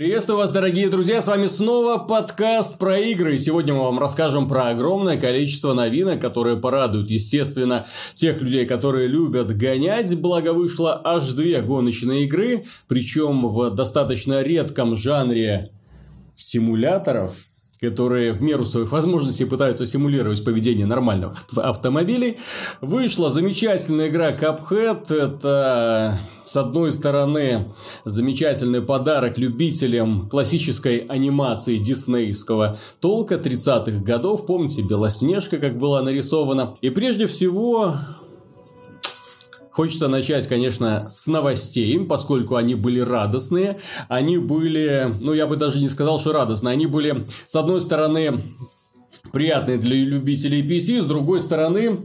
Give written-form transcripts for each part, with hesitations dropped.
Приветствую вас, дорогие друзья, с вами снова подкаст про игры. Сегодня мы вам расскажем про огромное количество новинок, которые порадуют, естественно, тех людей, которые любят гонять. Благо вышло аж 2 гоночные игры, причем в достаточно редком жанре симуляторов, которые в меру своих возможностей пытаются симулировать поведение нормальных автомобилей. Вышла замечательная игра Cuphead. Это, с одной стороны, замечательный подарок любителям классической анимации диснеевского толка 30-х годов. Помните, Белоснежка как была нарисована. И прежде всего... Хочется начать, конечно, с новостей, поскольку они были радостные. Они были, я бы даже не сказал, что радостные. Они были, с одной стороны, приятные для любителей PC, с другой стороны,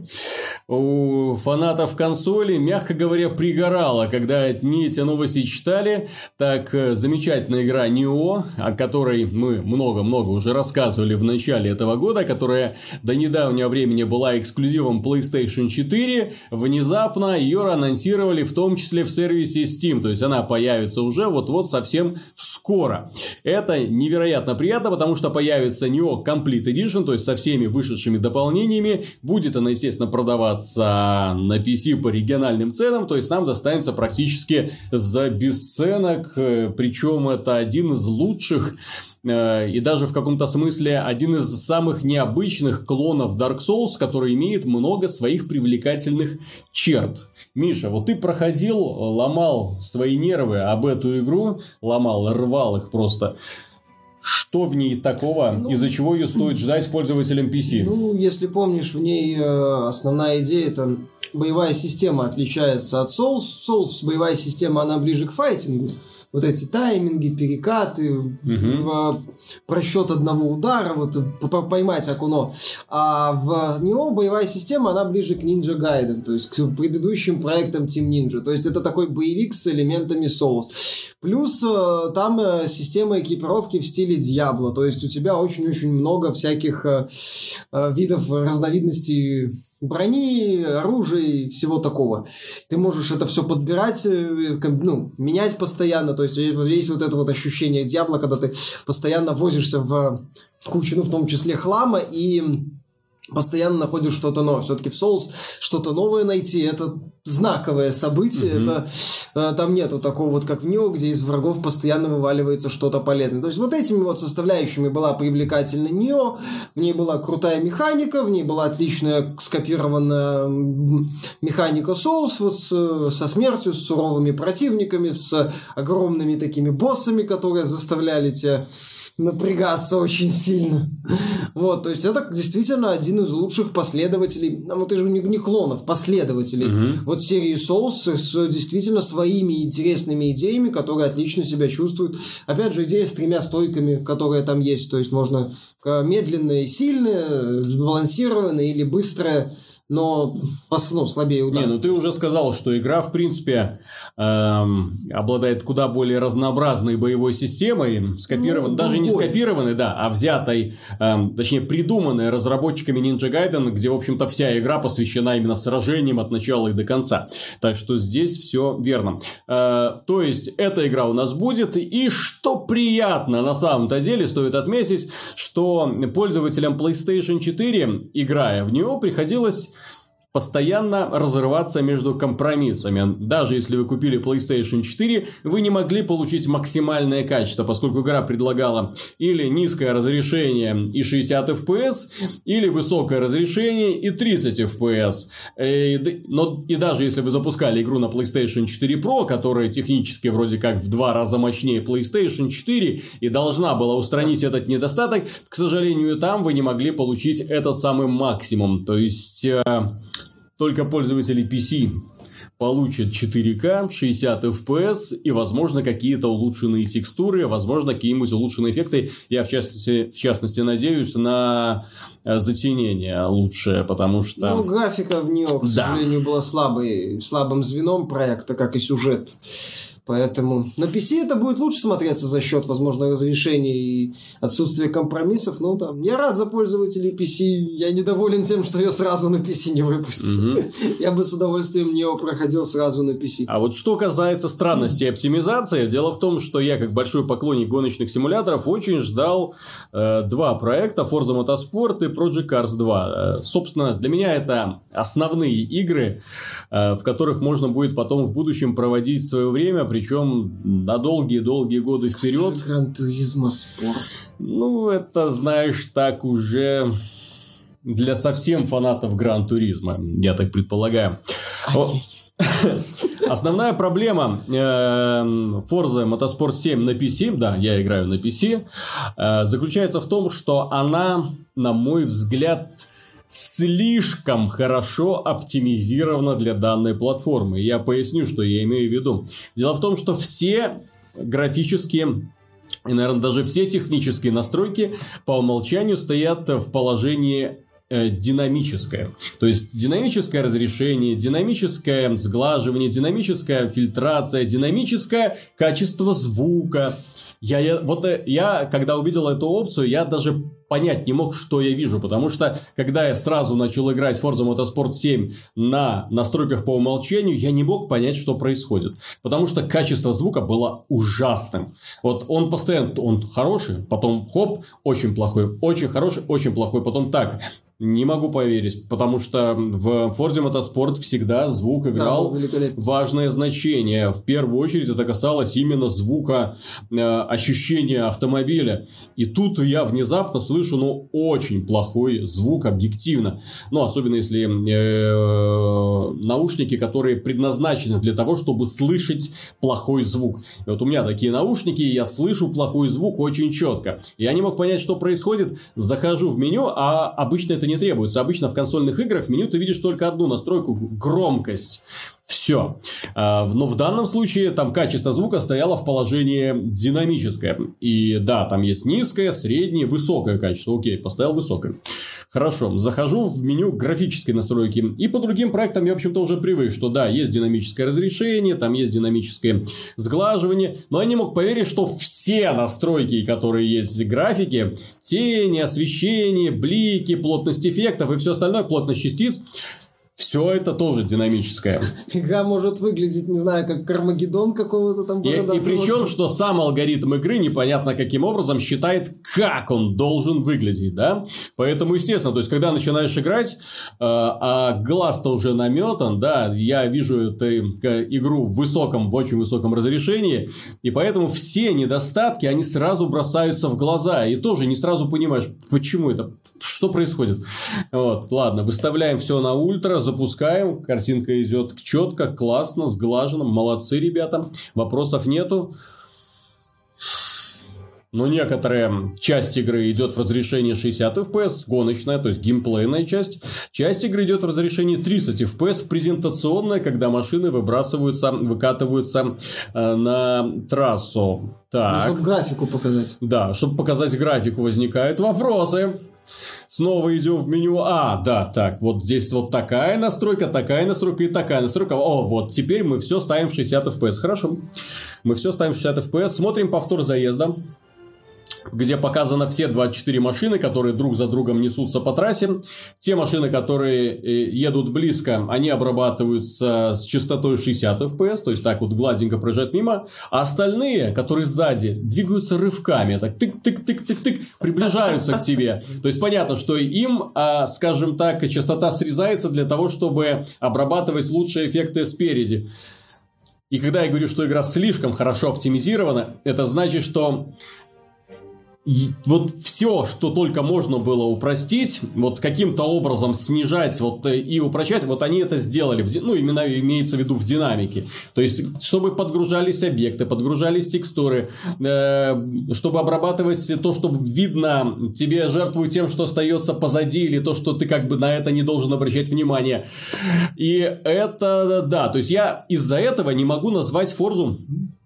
у фанатов консоли, мягко говоря, пригорало, когда они эти новости читали. Так, замечательная игра Nioh, о которой мы много-много уже рассказывали в начале этого года, которая до недавнего времени была эксклюзивом PlayStation 4, внезапно ее анонсировали в том числе в сервисе Steam, то есть она появится уже вот-вот совсем скоро. Это невероятно приятно, потому что появится Nioh Complete Edition, то есть со всеми вышедшими дополнениями. Будет она, естественно, продаваться на PC по региональным ценам, то есть нам достанется практически за бесценок, причем это один из лучших и даже в каком-то смысле один из самых необычных клонов Dark Souls, который имеет много своих привлекательных черт. Миша, вот ты проходил, ломал свои нервы об эту игру, рвал их просто. Что в ней такого, из-за чего ее стоит ждать пользователям PC? Если помнишь, в ней основная идея – это боевая система отличается от Souls. Souls боевая система, она ближе к файтингу. Вот эти тайминги, перекаты, просчет одного удара, поймать Акуно. А в Nioh боевая система, она ближе к Ninja Gaiden, то есть к предыдущим проектам Team Ninja. То есть это такой боевик с элементами Souls. Плюс там система экипировки в стиле Diablo, то есть у тебя очень-очень много всяких видов, разновидностей брони, оружия, всего такого. Ты можешь это все подбирать, менять постоянно, то есть есть вот это вот ощущение Diablo, когда ты постоянно возишься в кучу, в том числе хлама, и постоянно находишь что-то новое. Все-таки в Souls что-то новое найти — это знаковое событие. Это, там нету такого вот, как в Nioh, где из врагов постоянно вываливается что-то полезное. То есть вот этими вот составляющими была привлекательна Nioh. В ней была крутая механика, в ней была отличная скопированная механика Souls со смертью, с суровыми противниками, с огромными такими боссами, которые заставляли тебя напрягаться очень сильно. Вот, то есть это действительно один из лучших последователей, это же не клонов, последователей вот серии Souls с действительно своими интересными идеями, которые отлично себя чувствуют. Опять же, идея с 3 стойками, которые там есть, то есть можно медленное и сильное, сбалансированное или быстрое, но слабее удар. Ты уже сказал, что игра, в принципе, обладает куда более разнообразной боевой системой, скопированной, даже не скопированной, а взятой, точнее, придуманной разработчиками Ninja Gaiden, где, в общем-то, вся игра посвящена именно сражениям от начала и до конца. Так что здесь все верно. То есть, эта игра у нас будет, и что приятно, на самом-то деле, стоит отметить, что пользователям PlayStation 4, играя в нее, приходилось постоянно разрываться между компромиссами. Даже если вы купили PlayStation 4, вы не могли получить максимальное качество, поскольку игра предлагала или низкое разрешение и 60 FPS, или высокое разрешение и 30 FPS. И даже если вы запускали игру на PlayStation 4 Pro, которая технически вроде как в 2 раза мощнее PlayStation 4 и должна была устранить этот недостаток, к сожалению, там вы не могли получить этот самый максимум. То есть... Только пользователи PC получат 4К, 60 FPS и, возможно, какие-то улучшенные текстуры, возможно, какие-нибудь улучшенные эффекты. Я, в частности, надеюсь на затенение лучшее, потому что... графика в Nioh, к сожалению, была слабым звеном проекта, как и сюжет. Поэтому на PC это будет лучше смотреться за счет, возможно, разрешения и отсутствия компромиссов. Ну, там, я рад за пользователей PC. Я недоволен тем, что ее сразу на PC не выпустили. Я бы с удовольствием не проходил сразу на PC. А вот что касается странностей оптимизации, дело в том, что я, как большой поклонник гоночных симуляторов, очень ждал два проекта: Forza Motorsport и Project Cars 2. Собственно, для меня это основные игры, в которых можно будет потом в будущем проводить свое время, причем на долгие-долгие годы вперед. Gran Turismo Sport. Ну, это, знаешь, так уже для совсем фанатов Gran Turismo, я так предполагаю. Основная проблема Forza Motorsport 7 на PC, да, я играю на PC, заключается в том, что она, на мой взгляд, слишком хорошо оптимизирована для данной платформы. Я поясню, что я имею в виду. Дело в том, что все графические и, наверное, даже все технические настройки по умолчанию стоят в положении динамическое. То есть динамическое разрешение, динамическое сглаживание, динамическая фильтрация, динамическое качество звука. Я, когда увидел эту опцию, я даже понять не мог, что я вижу, потому что, когда я сразу начал играть Forza Motorsport 7 на настройках по умолчанию, я не мог понять, что происходит, потому что качество звука было ужасным. Вот он постоянно, он хороший, потом хоп, очень плохой, очень хороший, очень плохой, потом так. Не могу поверить, потому что в Forza Motorsport всегда звук играл важное значение. В первую очередь это касалось именно звука, ощущения автомобиля. И тут я внезапно слышу, очень плохой звук объективно. Особенно если наушники, которые предназначены для того, чтобы слышать плохой звук. И вот у меня такие наушники, и я слышу плохой звук очень четко. Я не мог понять, что происходит. Захожу в меню, а обычно это не требуется. Обычно в консольных играх в меню ты видишь только одну настройку: громкость. Все. Но в данном случае там качество звука стояло в положении динамическое. И да, там есть низкое, среднее, высокое качество. Окей, поставил высокое. Хорошо. Захожу в меню графической настройки. И по другим проектам я, в общем-то, уже привык, что да, есть динамическое разрешение, там есть динамическое сглаживание. Но я не мог поверить, что все настройки, которые есть в графике, тени, освещение, блики, плотность эффектов и все остальное, плотность частиц, все это тоже динамическое. Игра может выглядеть, не знаю, как Кармагеддон какого-то там города. И причем, что сам алгоритм игры непонятно каким образом считает, как он должен выглядеть, да? Поэтому, естественно, то есть, когда начинаешь играть, а глаз-то уже наметан, да, я вижу эту игру в очень высоком разрешении, и поэтому все недостатки, они сразу бросаются в глаза, и тоже не сразу понимаешь, почему это, что происходит. Вот, ладно, выставляем все на ультра, запускаем, картинка идет четко, классно, сглаженно, молодцы, ребята, вопросов нету. Но некоторая часть игры идет в разрешении 60 FPS, гоночная, то есть геймплейная часть. Часть игры идет в разрешении 30 FPS, презентационная, когда машины выкатываются на трассу. Так. Чтобы графику показать. Да, чтобы показать графику, возникают вопросы. Снова идем в меню. Да, так, вот здесь вот такая настройка и такая настройка. Вот теперь мы все ставим в 60 FPS. Хорошо. Мы все ставим в 60 FPS. Смотрим повтор заезда, где показано все 24 машины, которые друг за другом несутся по трассе. Те машины, которые едут близко, они обрабатываются с частотой 60 FPS, то есть так вот гладенько проезжают мимо. А остальные, которые сзади, двигаются рывками, так тык-тык-тык-тык-тык, приближаются к тебе. То есть понятно, что им, скажем так, частота срезается для того, чтобы обрабатывать лучшие эффекты спереди. И когда я говорю, что игра слишком хорошо оптимизирована, это значит, что вот все, что только можно было упростить, вот каким-то образом снижать вот и упрощать, вот они это сделали, именно имеется в виду в динамике. То есть, чтобы подгружались объекты, подгружались текстуры, чтобы обрабатывать то, что видно, тебе жертвуют тем, что остается позади, или то, что ты как бы на это не должен обращать внимание. И это, да, то есть, я из-за этого не могу назвать Forza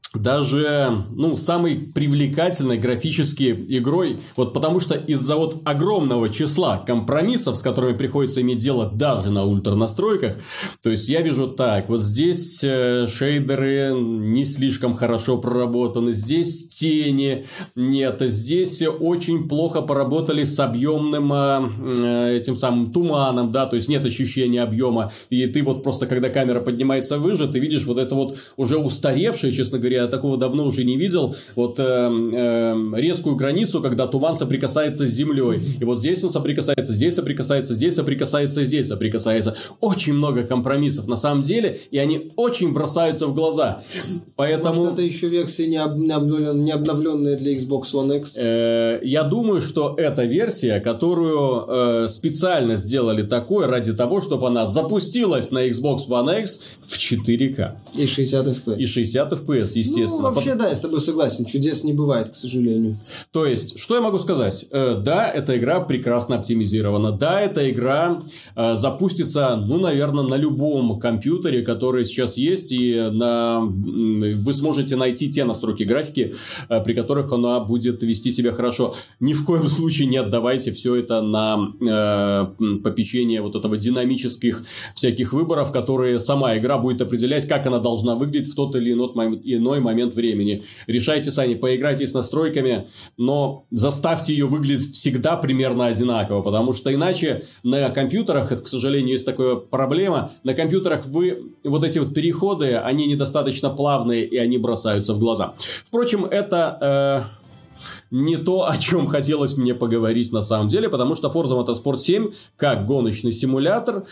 даже, самой привлекательной графически игрой, вот потому что из-за вот огромного числа компромиссов, с которыми приходится иметь дело даже на ультра настройках, то есть я вижу так, вот здесь шейдеры не слишком хорошо проработаны, здесь тени нет, здесь очень плохо поработали с объемным этим самым туманом, да, то есть нет ощущения объема, и ты вот просто, когда камера поднимается выше, ты видишь вот это вот уже устаревшее, честно говоря, я такого давно уже не видел. Вот резкую границу, когда туман соприкасается с землей. И вот здесь он соприкасается, здесь соприкасается, здесь соприкасается, здесь соприкасается. Очень много компромиссов на самом деле, и они очень бросаются в глаза. Поэтому... Может, это еще версия не обновленная для Xbox One X? Я думаю, что это версия, которую специально сделали такой ради того, чтобы она запустилась на Xbox One X в 4К. И 60 FPS. И 60 FPS, естественно. Вообще, да, я с тобой согласен. Чудес не бывает, к сожалению. То есть, что я могу сказать? Да, эта игра прекрасно оптимизирована. Да, эта игра запустится, наверное, на любом компьютере, который сейчас есть. И вы сможете найти те настройки графики, при которых она будет вести себя хорошо. Ни в коем случае не отдавайте все это на попечение вот этого динамических всяких выборов, которые сама игра будет определять, как она должна выглядеть в тот или иной момент времени. Решайте сами, поиграйте с настройками, но заставьте ее выглядеть всегда примерно одинаково, потому что иначе на компьютерах, это, к сожалению, есть такая проблема, на компьютерах вот эти вот переходы, они недостаточно плавные, и они бросаются в глаза. Впрочем, это... не то, о чем хотелось мне поговорить на самом деле, потому что Forza Motorsport 7, как гоночный симулятор,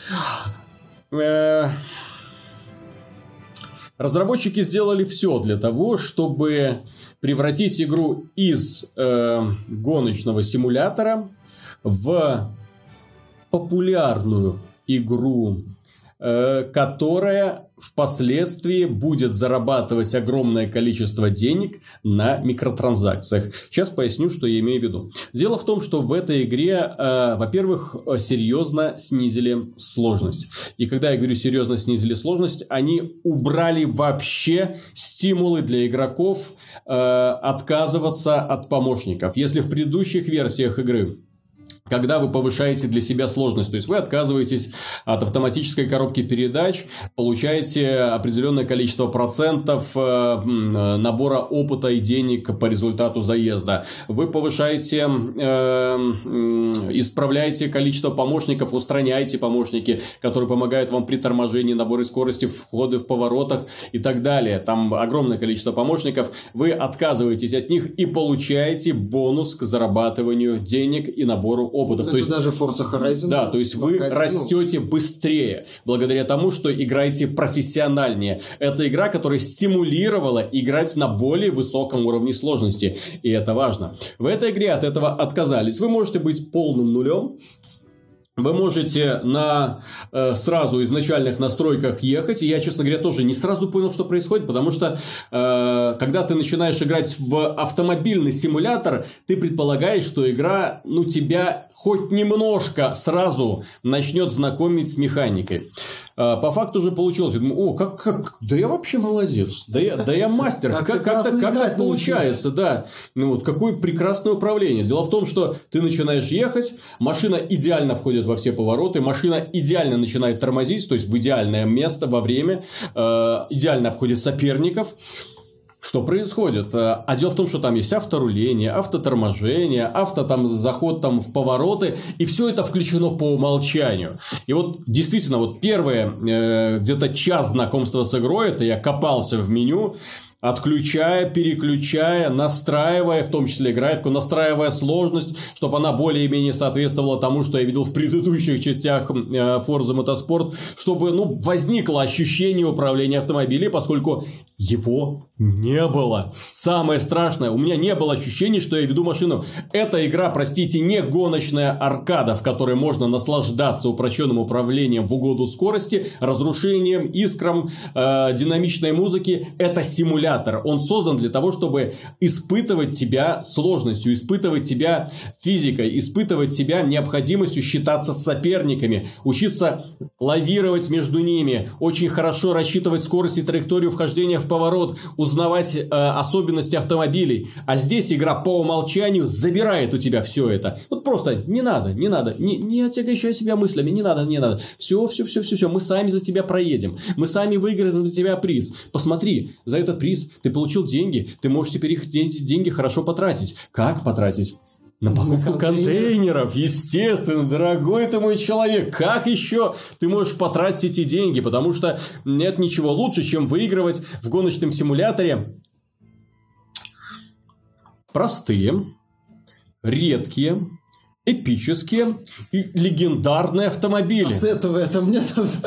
разработчики сделали все для того, чтобы превратить игру из гоночного симулятора в популярную игру, которая впоследствии будет зарабатывать огромное количество денег на микротранзакциях. Сейчас поясню, что я имею в виду. Дело в том, что в этой игре, во-первых, серьезно снизили сложность. И когда я говорю серьезно снизили сложность, они убрали вообще стимулы для игроков отказываться от помощников. Если в предыдущих версиях игры, когда вы повышаете для себя сложность, то есть вы отказываетесь от автоматической коробки передач, получаете определенное количество процентов набора опыта и денег по результату заезда. Вы повышаете, исправляете количество помощников, устраняете помощники, которые помогают вам при торможении, наборе скорости, входы в поворотах и так далее. Там огромное количество помощников. Вы отказываетесь от них и получаете бонус к зарабатыванию денег и набору опыта. Это то есть, даже Forza Horizon. Да, то есть вы растете быстрее благодаря тому, что играете профессиональнее. Это игра, которая стимулировала играть на более высоком уровне сложности. И это важно. В этой игре от этого отказались. Вы можете быть полным нулем. Вы можете на сразу изначальных настройках ехать. И я, честно говоря, тоже не сразу понял, что происходит. Потому что, когда ты начинаешь играть в автомобильный симулятор, ты предполагаешь, что игра, тебя хоть немножко сразу начнет знакомить с механикой. По факту же получилось. Я думаю, да я вообще молодец. Да я мастер. Как так получается, да. Какое прекрасное управление. Дело в том, что ты начинаешь ехать, машина идеально входит во все повороты, машина идеально начинает тормозить, то есть в идеальное место во время, идеально обходит соперников. Что происходит? А дело в том, что там есть авторуление, автоторможение, заход в повороты, и все это включено по умолчанию. И вот действительно, первые где-то час знакомства с игрой, это я копался в меню, отключая, переключая, настраивая, в том числе графику, настраивая сложность, чтобы она более-менее соответствовала тому, что я видел в предыдущих частях Forza Motorsport, чтобы возникло ощущение управления автомобилем, поскольку его не было. Самое страшное, у меня не было ощущения, что я веду машину. Эта игра, простите, не гоночная аркада, в которой можно наслаждаться упрощенным управлением в угоду скорости, разрушением, искрам, динамичной музыки. Это симулятор симулятор. Он создан для того, чтобы испытывать тебя сложностью, испытывать тебя физикой, испытывать тебя необходимостью считаться с соперниками, учиться лавировать между ними, очень хорошо рассчитывать скорость и траекторию вхождения в поворот, узнавать особенности автомобилей. А здесь игра по умолчанию забирает у тебя все это. Вот просто не надо, не отягощай себя мыслями, не надо. Все, мы сами за тебя проедем. Мы сами выиграем за тебя приз. Посмотри, за этот приз ты получил деньги, ты можешь теперь их деньги хорошо потратить. Как потратить? На покупку контейнеров, естественно, дорогой ты мой человек. Как еще ты можешь потратить эти деньги? Потому что нет ничего лучше, чем выигрывать в гоночном симуляторе простые, редкие, эпические и легендарные автомобили. А с этого это мне...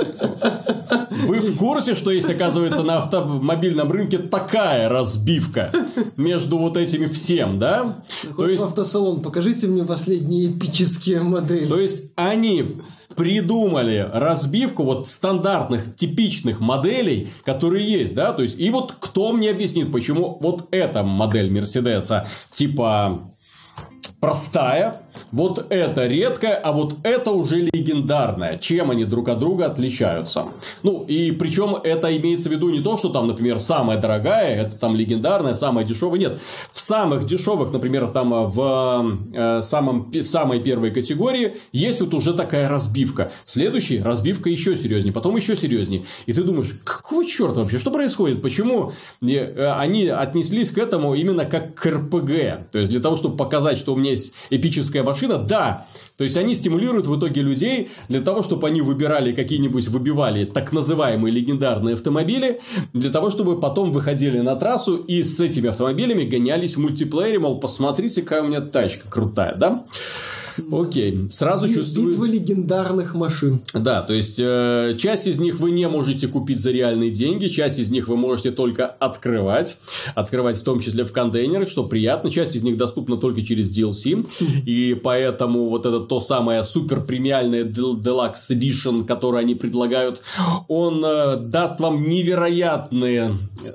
Вы в курсе, что есть, оказывается, на автомобильном рынке такая разбивка между вот этими всем, да? То есть в автосалон, покажите мне последние эпические модели. То есть они придумали разбивку вот стандартных, типичных моделей, которые есть, да? То есть, и вот кто мне объяснит, почему вот эта модель Мерседеса типа простая, вот это редкая, а вот это уже легендарная. Чем они друг от друга отличаются? Ну, и причем это имеется в виду не то, что там, например, самая дорогая, это там легендарная, самая дешевая. Нет, в самых дешевых, например, там в самой первой категории есть вот уже такая разбивка. Следующий разбивка еще серьезнее, потом еще серьезнее. И ты думаешь, какого черта вообще, что происходит? Почему они отнеслись к этому именно как к РПГ? То есть, для того, чтобы показать, что у меня есть эпическая машина, да. То есть, они стимулируют в итоге людей для того, чтобы они выбивали так называемые легендарные автомобили, для того, чтобы потом выходили на трассу и с этими автомобилями гонялись в мультиплеере, мол, посмотрите, какая у меня тачка крутая, да? Окей, сразу чувствую... Битва легендарных машин. Да, то есть, часть из них вы не можете купить за реальные деньги, часть из них вы можете только открывать в том числе в контейнерах, что приятно, часть из них доступна только через DLC, и поэтому вот это то самое супер премиальное Deluxe Edition, которое они предлагают, он даст вам невероятный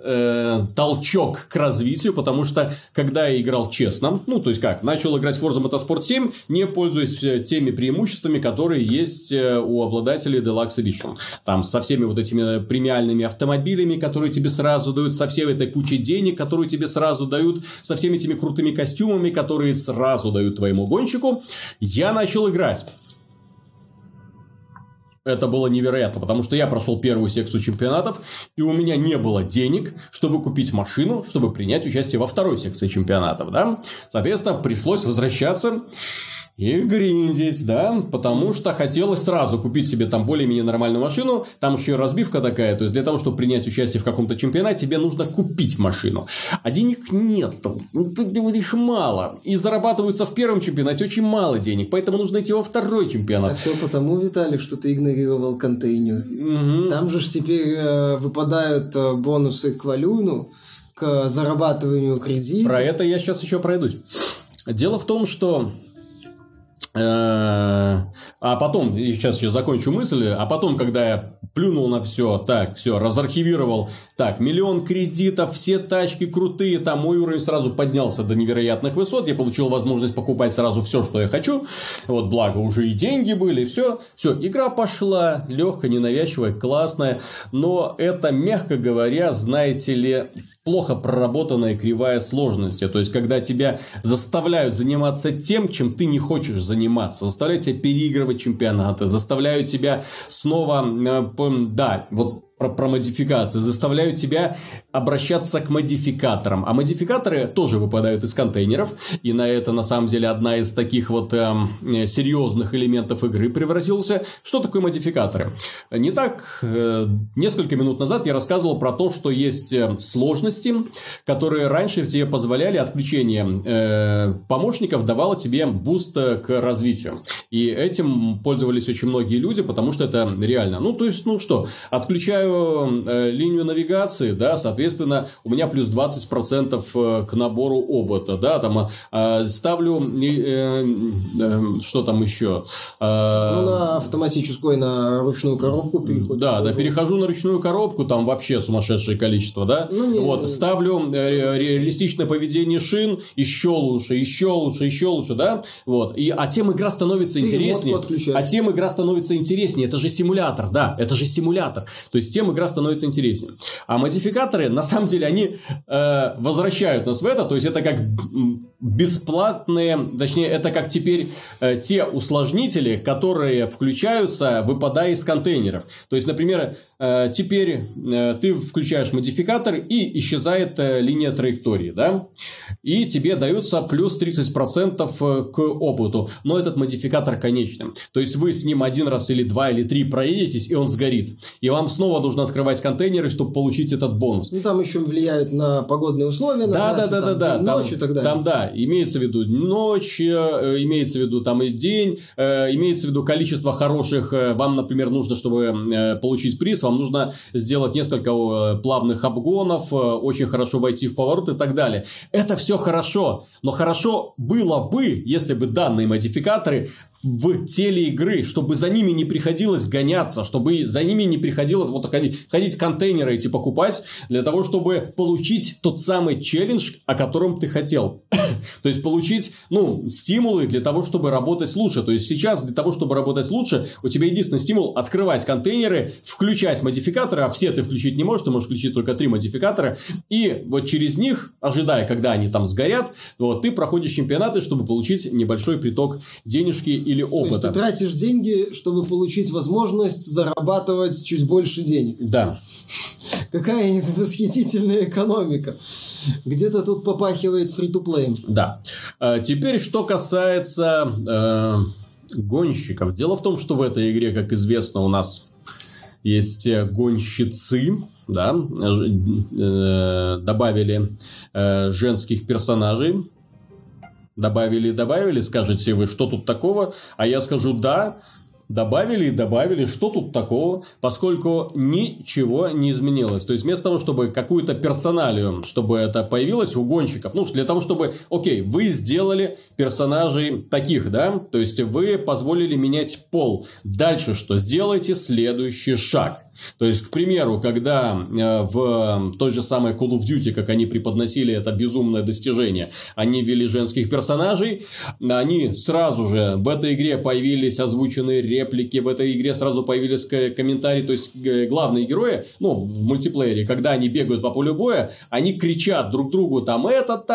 толчок к развитию, потому что, когда я играл честно, ну, то есть как, начал играть в Forza Motorsport 7, не пользуясь теми преимуществами, которые есть у обладателей Deluxe Edition. Там со всеми вот этими премиальными автомобилями, которые тебе сразу дают, со всей этой кучей денег, которые тебе сразу дают, со всеми этими крутыми костюмами, которые сразу дают твоему гонщику, я начал играть. Это было невероятно, потому что я прошел первую секцию чемпионатов, и у меня не было денег, чтобы купить машину, чтобы принять участие во второй секции чемпионатов, да. Соответственно, пришлось возвращаться и гриндить, да, потому что хотелось сразу купить себе там более-менее нормальную машину, там еще и разбивка такая, то есть для того, чтобы принять участие в каком-то чемпионате, тебе нужно купить машину, а денег нет, их мало, и зарабатываются в первом чемпионате очень мало денег, поэтому нужно идти во второй чемпионат. А все потому, Виталик, что ты игнорировал контейнер. Угу. Там же теперь выпадают бонусы к валюну, к зарабатыванию кредита. Про это я сейчас еще пройдусь. Дело в том, что... А потом, сейчас еще закончу мысль, а потом, когда я плюнул на все, так, все, разархивировал, так, 1 000 000 кредитов, все тачки крутые, там мой уровень сразу поднялся до невероятных высот, я получил возможность покупать сразу все, что я хочу, вот, благо уже и деньги были, все, игра пошла, легкая, ненавязчивая, классная, но это, мягко говоря, знаете ли, плохо проработанная кривая сложности. То есть, когда тебя заставляют заниматься тем, чем ты не хочешь заниматься. Заставляют тебя переигрывать чемпионаты. Заставляют тебя снова... Да, вот про модификации. Заставляют тебя обращаться к модификаторам. А модификаторы тоже выпадают из контейнеров. И на это, на самом деле, одна из таких вот серьезных элементов игры превратился. Что такое модификаторы? Не так... Несколько минут назад я рассказывал про то, что есть сложности, которые раньше тебе позволяли отключение помощников, давало тебе буст к развитию. И этим пользовались очень многие люди, потому что это реально. Ну, то есть, ну что, отключают включаю линию навигации, да, соответственно, у меня плюс 20% к набору опыта, да, там ставлю, что там еще? На автоматическую, на ручную коробку переход. Да, перехожу на ручную коробку, там вообще сумасшедшее количество, да. Ставлю реалистичное поведение шин, еще лучше, да. А тем игра становится интереснее. Это же симулятор, да, это же симулятор. То есть, тем игра становится интереснее. А модификаторы, на самом деле, они возвращают нас в это. То есть, это как бесплатные, точнее, это как теперь те усложнители, которые включаются, выпадая из контейнеров. То есть, например, теперь ты включаешь модификатор, и исчезает линия траектории, да, и тебе дается плюс 30% к опыту. Но этот модификатор конечный. То есть, вы с ним один раз или два или три проедетесь, и он сгорит. И вам снова нужно открывать контейнеры, чтобы получить этот бонус. Там еще влияет на погодные условия, на трассе, ночь и так далее. Там, да, имеется в виду ночь, имеется в виду там и день, имеется в виду количество хороших. Вам, например, нужно, чтобы получить приз, вам нужно сделать несколько плавных обгонов, очень хорошо войти в поворот и так далее. Это все хорошо, но хорошо было бы, если бы данные модификаторы в теле игры, чтобы за ними не приходилось гоняться, чтобы за ними не приходилось ходить контейнеры эти покупать, для того, чтобы получить тот самый челлендж, о котором ты хотел. То есть, получить, стимулы для того, чтобы работать лучше. То есть, сейчас для того, чтобы работать лучше, у тебя единственный стимул — открывать контейнеры, включать модификаторы, а все ты включить не можешь, ты можешь включить только 3 модификатора, и вот через них, ожидая, когда они там сгорят, ты проходишь чемпионаты, чтобы получить небольшой приток денежки или опыта. То есть, ты тратишь деньги, чтобы получить возможность зарабатывать чуть больше денег. Да. Какая восхитительная экономика. Где-то тут попахивает фри-то-плеем. Да. Теперь, что касается гонщиков. Дело в том, что в этой игре, как известно, у нас есть гонщицы, да, добавили женских персонажей. Добавили, скажете вы, что тут такого? А я скажу, да, добавили, что тут такого? Поскольку ничего не изменилось. То есть, вместо того, чтобы какую-то персоналию, чтобы это появилось у гонщиков, для того, чтобы, вы сделали персонажей таких, да, то есть, вы позволили менять пол. Дальше что? Сделайте следующий шаг. То есть, к примеру, когда в той же самой Call of Duty, как они преподносили это безумное достижение, они ввели женских персонажей, они сразу же в этой игре появились озвученные реплики, в этой игре сразу появились комментарии, то есть, главные герои, в мультиплеере, когда они бегают по полю боя, они кричат друг другу, там,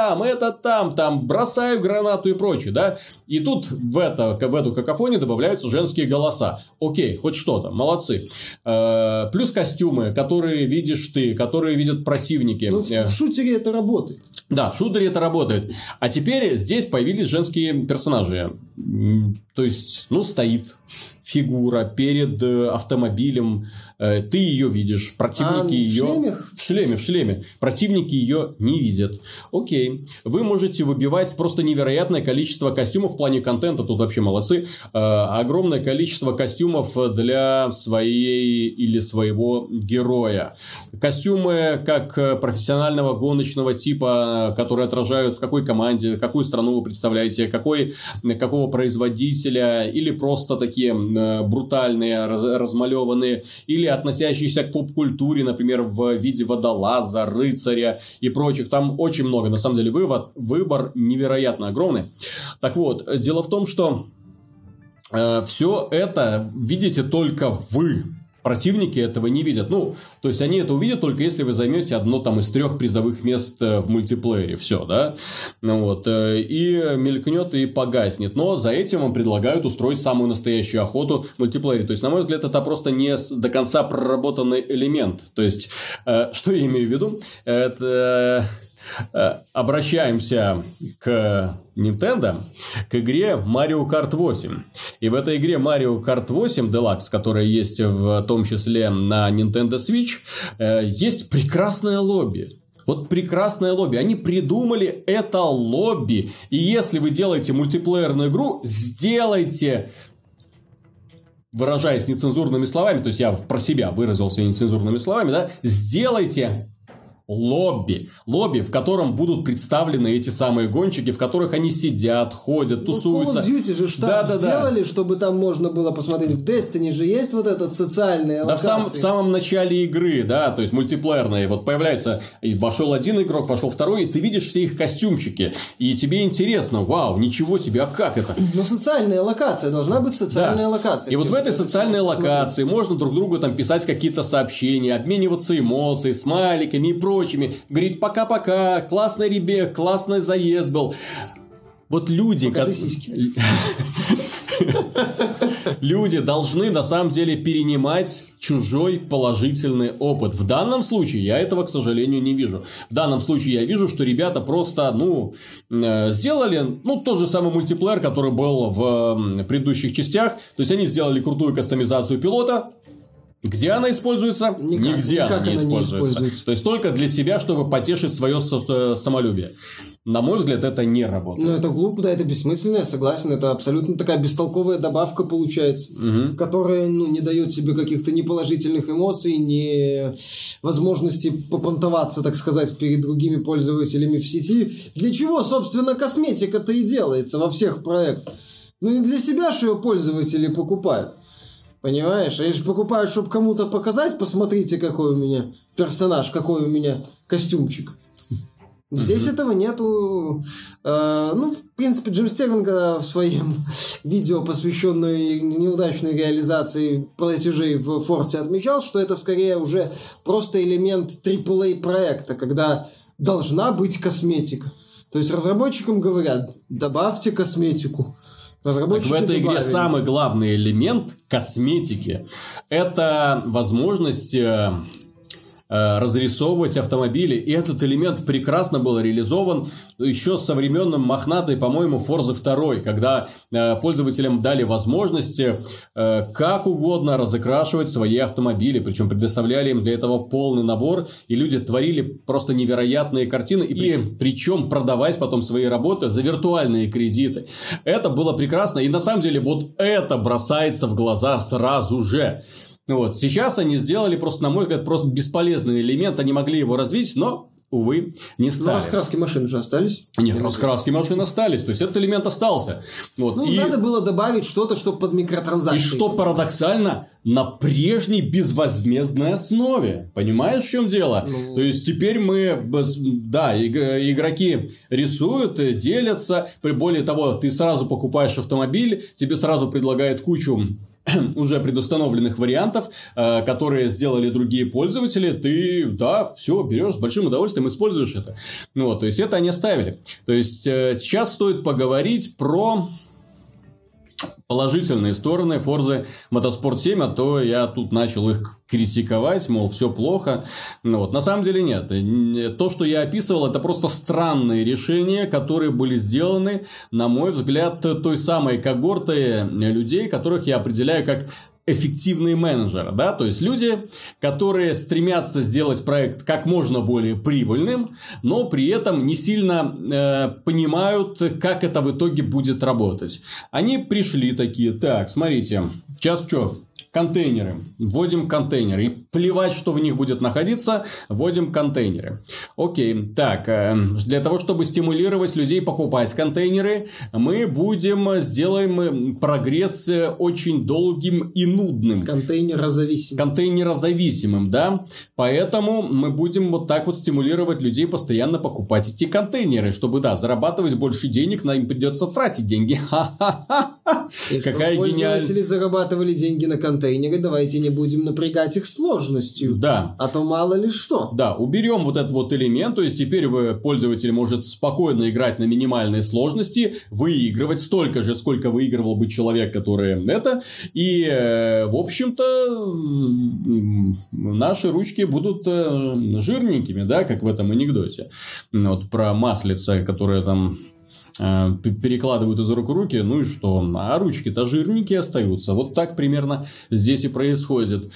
бросаю гранату и прочее, да, и тут в эту какофонию добавляются женские голоса. Окей, хоть что-то, молодцы. Плюс костюмы, которые видишь ты, которые видят противники. В шутере это работает. Да, в шутере это работает. А теперь здесь появились женские персонажи. То есть, стоит фигура перед автомобилем. Ты ее видишь, противники ее... В шлеме. Противники ее не видят. Окей. Вы можете выбивать просто невероятное количество костюмов в плане контента. Тут вообще молодцы. Огромное количество костюмов для своей или своего героя. Костюмы как профессионального гоночного типа, которые отражают, в какой команде, какую страну вы представляете, какого производителя, или просто такие брутальные, размалеванные, или относящиеся к поп-культуре, например, в виде водолаза, рыцаря и прочих. Там очень много, на самом деле, выбор невероятно огромный. Так вот, дело в том, что все это видите только вы. Противники этого не видят. То есть, они это увидят только если вы займете одно из 3 призовых мест в мультиплеере. Все, да? И мелькнет и погаснет. Но за этим вам предлагают устроить самую настоящую охоту в мультиплеере. То есть, на мой взгляд, это просто не до конца проработанный элемент. То есть, что я имею в виду? Это... Обращаемся к Nintendo, к игре Mario Kart 8. И в этой игре Mario Kart 8 Deluxe, которая есть в том числе на Nintendo Switch, есть прекрасное лобби. Вот прекрасное лобби. Они придумали это лобби. И если вы делаете мультиплеерную игру, сделайте выражаясь нецензурными словами, то есть я про себя выразился нецензурными словами, да, сделайте лобби, в котором будут представлены эти самые гонщики, в которых они сидят, ходят, тусуются. В Call of Duty же штаб сделали, чтобы там можно было посмотреть. В Destiny же есть вот этот социальная локация. Да, в самом начале игры, да, то есть мультиплеерные, вот появляется, и вошел один игрок, вошел второй, и ты видишь все их костюмчики, и тебе интересно, вау, ничего себе, а как это? Но социальная локация, должна быть социальная локация. И вот в этой социальной локации можно друг другу там писать какие-то сообщения, обмениваться эмоциями, смайликами и прочими, говорить пока-пока, классный ребят, классный заезд был. Вот люди... Люди должны на самом деле перенимать чужой положительный опыт. В данном случае я этого, к сожалению, не вижу. В данном случае я вижу, что ребята просто, сделали, тот же самый мультиплеер, который был в предыдущих частях. То есть, они сделали крутую кастомизацию пилота. Где она используется? Нигде она не используется. То есть, только для себя, чтобы потешить свое самолюбие. На мой взгляд, это не работает. Это глупо, да, это бессмысленно, я согласен. Это абсолютно такая бестолковая добавка получается, которая не дает себе каких-то ни положительных эмоций, ни возможности попонтоваться, так сказать, перед другими пользователями в сети. Для чего, собственно, косметика-то и делается во всех проектах? Не для себя же ее пользователи покупают. Понимаешь? Они же покупают, чтобы кому-то показать, посмотрите, какой у меня персонаж, какой у меня костюмчик. Здесь этого нету. В принципе, Джим Стерлинг в своем видео, посвященном неудачной реализации платежей в Forza, отмечал, что это скорее уже просто элемент AAA проекта, когда должна быть косметика. То есть разработчикам говорят, добавьте косметику. Так в этой игре самый главный элемент косметики – это возможность разрисовывать автомобили. И этот элемент прекрасно был реализован еще со времен мохнатой, по-моему, Forza 2, когда пользователям дали возможность как угодно разукрашивать свои автомобили, причем предоставляли им для этого полный набор, и люди творили просто невероятные картины, и причем продавать потом свои работы за виртуальные кредиты. Это было прекрасно, и на самом деле вот это бросается в глаза сразу же. Сейчас они сделали просто, на мой взгляд, просто бесполезный элемент. Они могли его развить, но, увы, не стали. Но раскраски машин же остались? Нет, раскраски машин остались. То есть, этот элемент остался. Надо было добавить что-то, чтобы под микротранзакции. И что парадоксально, на прежней безвозмездной основе. Понимаешь, в чем дело? То есть, теперь игроки рисуют, делятся. Более того, ты сразу покупаешь автомобиль, тебе сразу предлагают кучу уже предустановленных вариантов, которые сделали другие пользователи, ты, все, берешь с большим удовольствием, используешь это. То есть, это они оставили. То есть, сейчас стоит поговорить про положительные стороны Forza Motorsport 7, а то я тут начал их критиковать, мол, все плохо. На самом деле нет. То, что я описывал, это просто странные решения, которые были сделаны, на мой взгляд, той самой когортой людей, которых я определяю как эффективные менеджеры, да, то есть люди, которые стремятся сделать проект как можно более прибыльным, но при этом не сильно понимают, как это в итоге будет работать. Они пришли такие, так, смотрите, сейчас что? Контейнеры. Вводим контейнеры. И плевать, что в них будет находиться, вводим контейнеры. Окей. Так, для того, чтобы стимулировать людей покупать контейнеры, мы сделаем прогресс очень долгим и нудным. Контейнерозависимым, да. Поэтому мы будем вот так вот стимулировать людей постоянно покупать эти контейнеры, чтобы, зарабатывать больше денег, нам им придется тратить деньги. Ха-ха-ха. Какая гениальная. Пользователи зарабатывали деньги на контейнеры, давайте не будем напрягать их сложностью. Да. А то мало ли что. Да, уберем вот этот вот элемент, то есть, теперь пользователь может спокойно играть на минимальной сложности, выигрывать столько же, сколько выигрывал бы человек, который это. И, в общем-то, наши ручки будут жирненькими, да, как в этом анекдоте. Про маслица, которое там перекладывают из рук в руки, ну и что? А ручки-то жирненькие остаются. Вот так примерно здесь и происходит.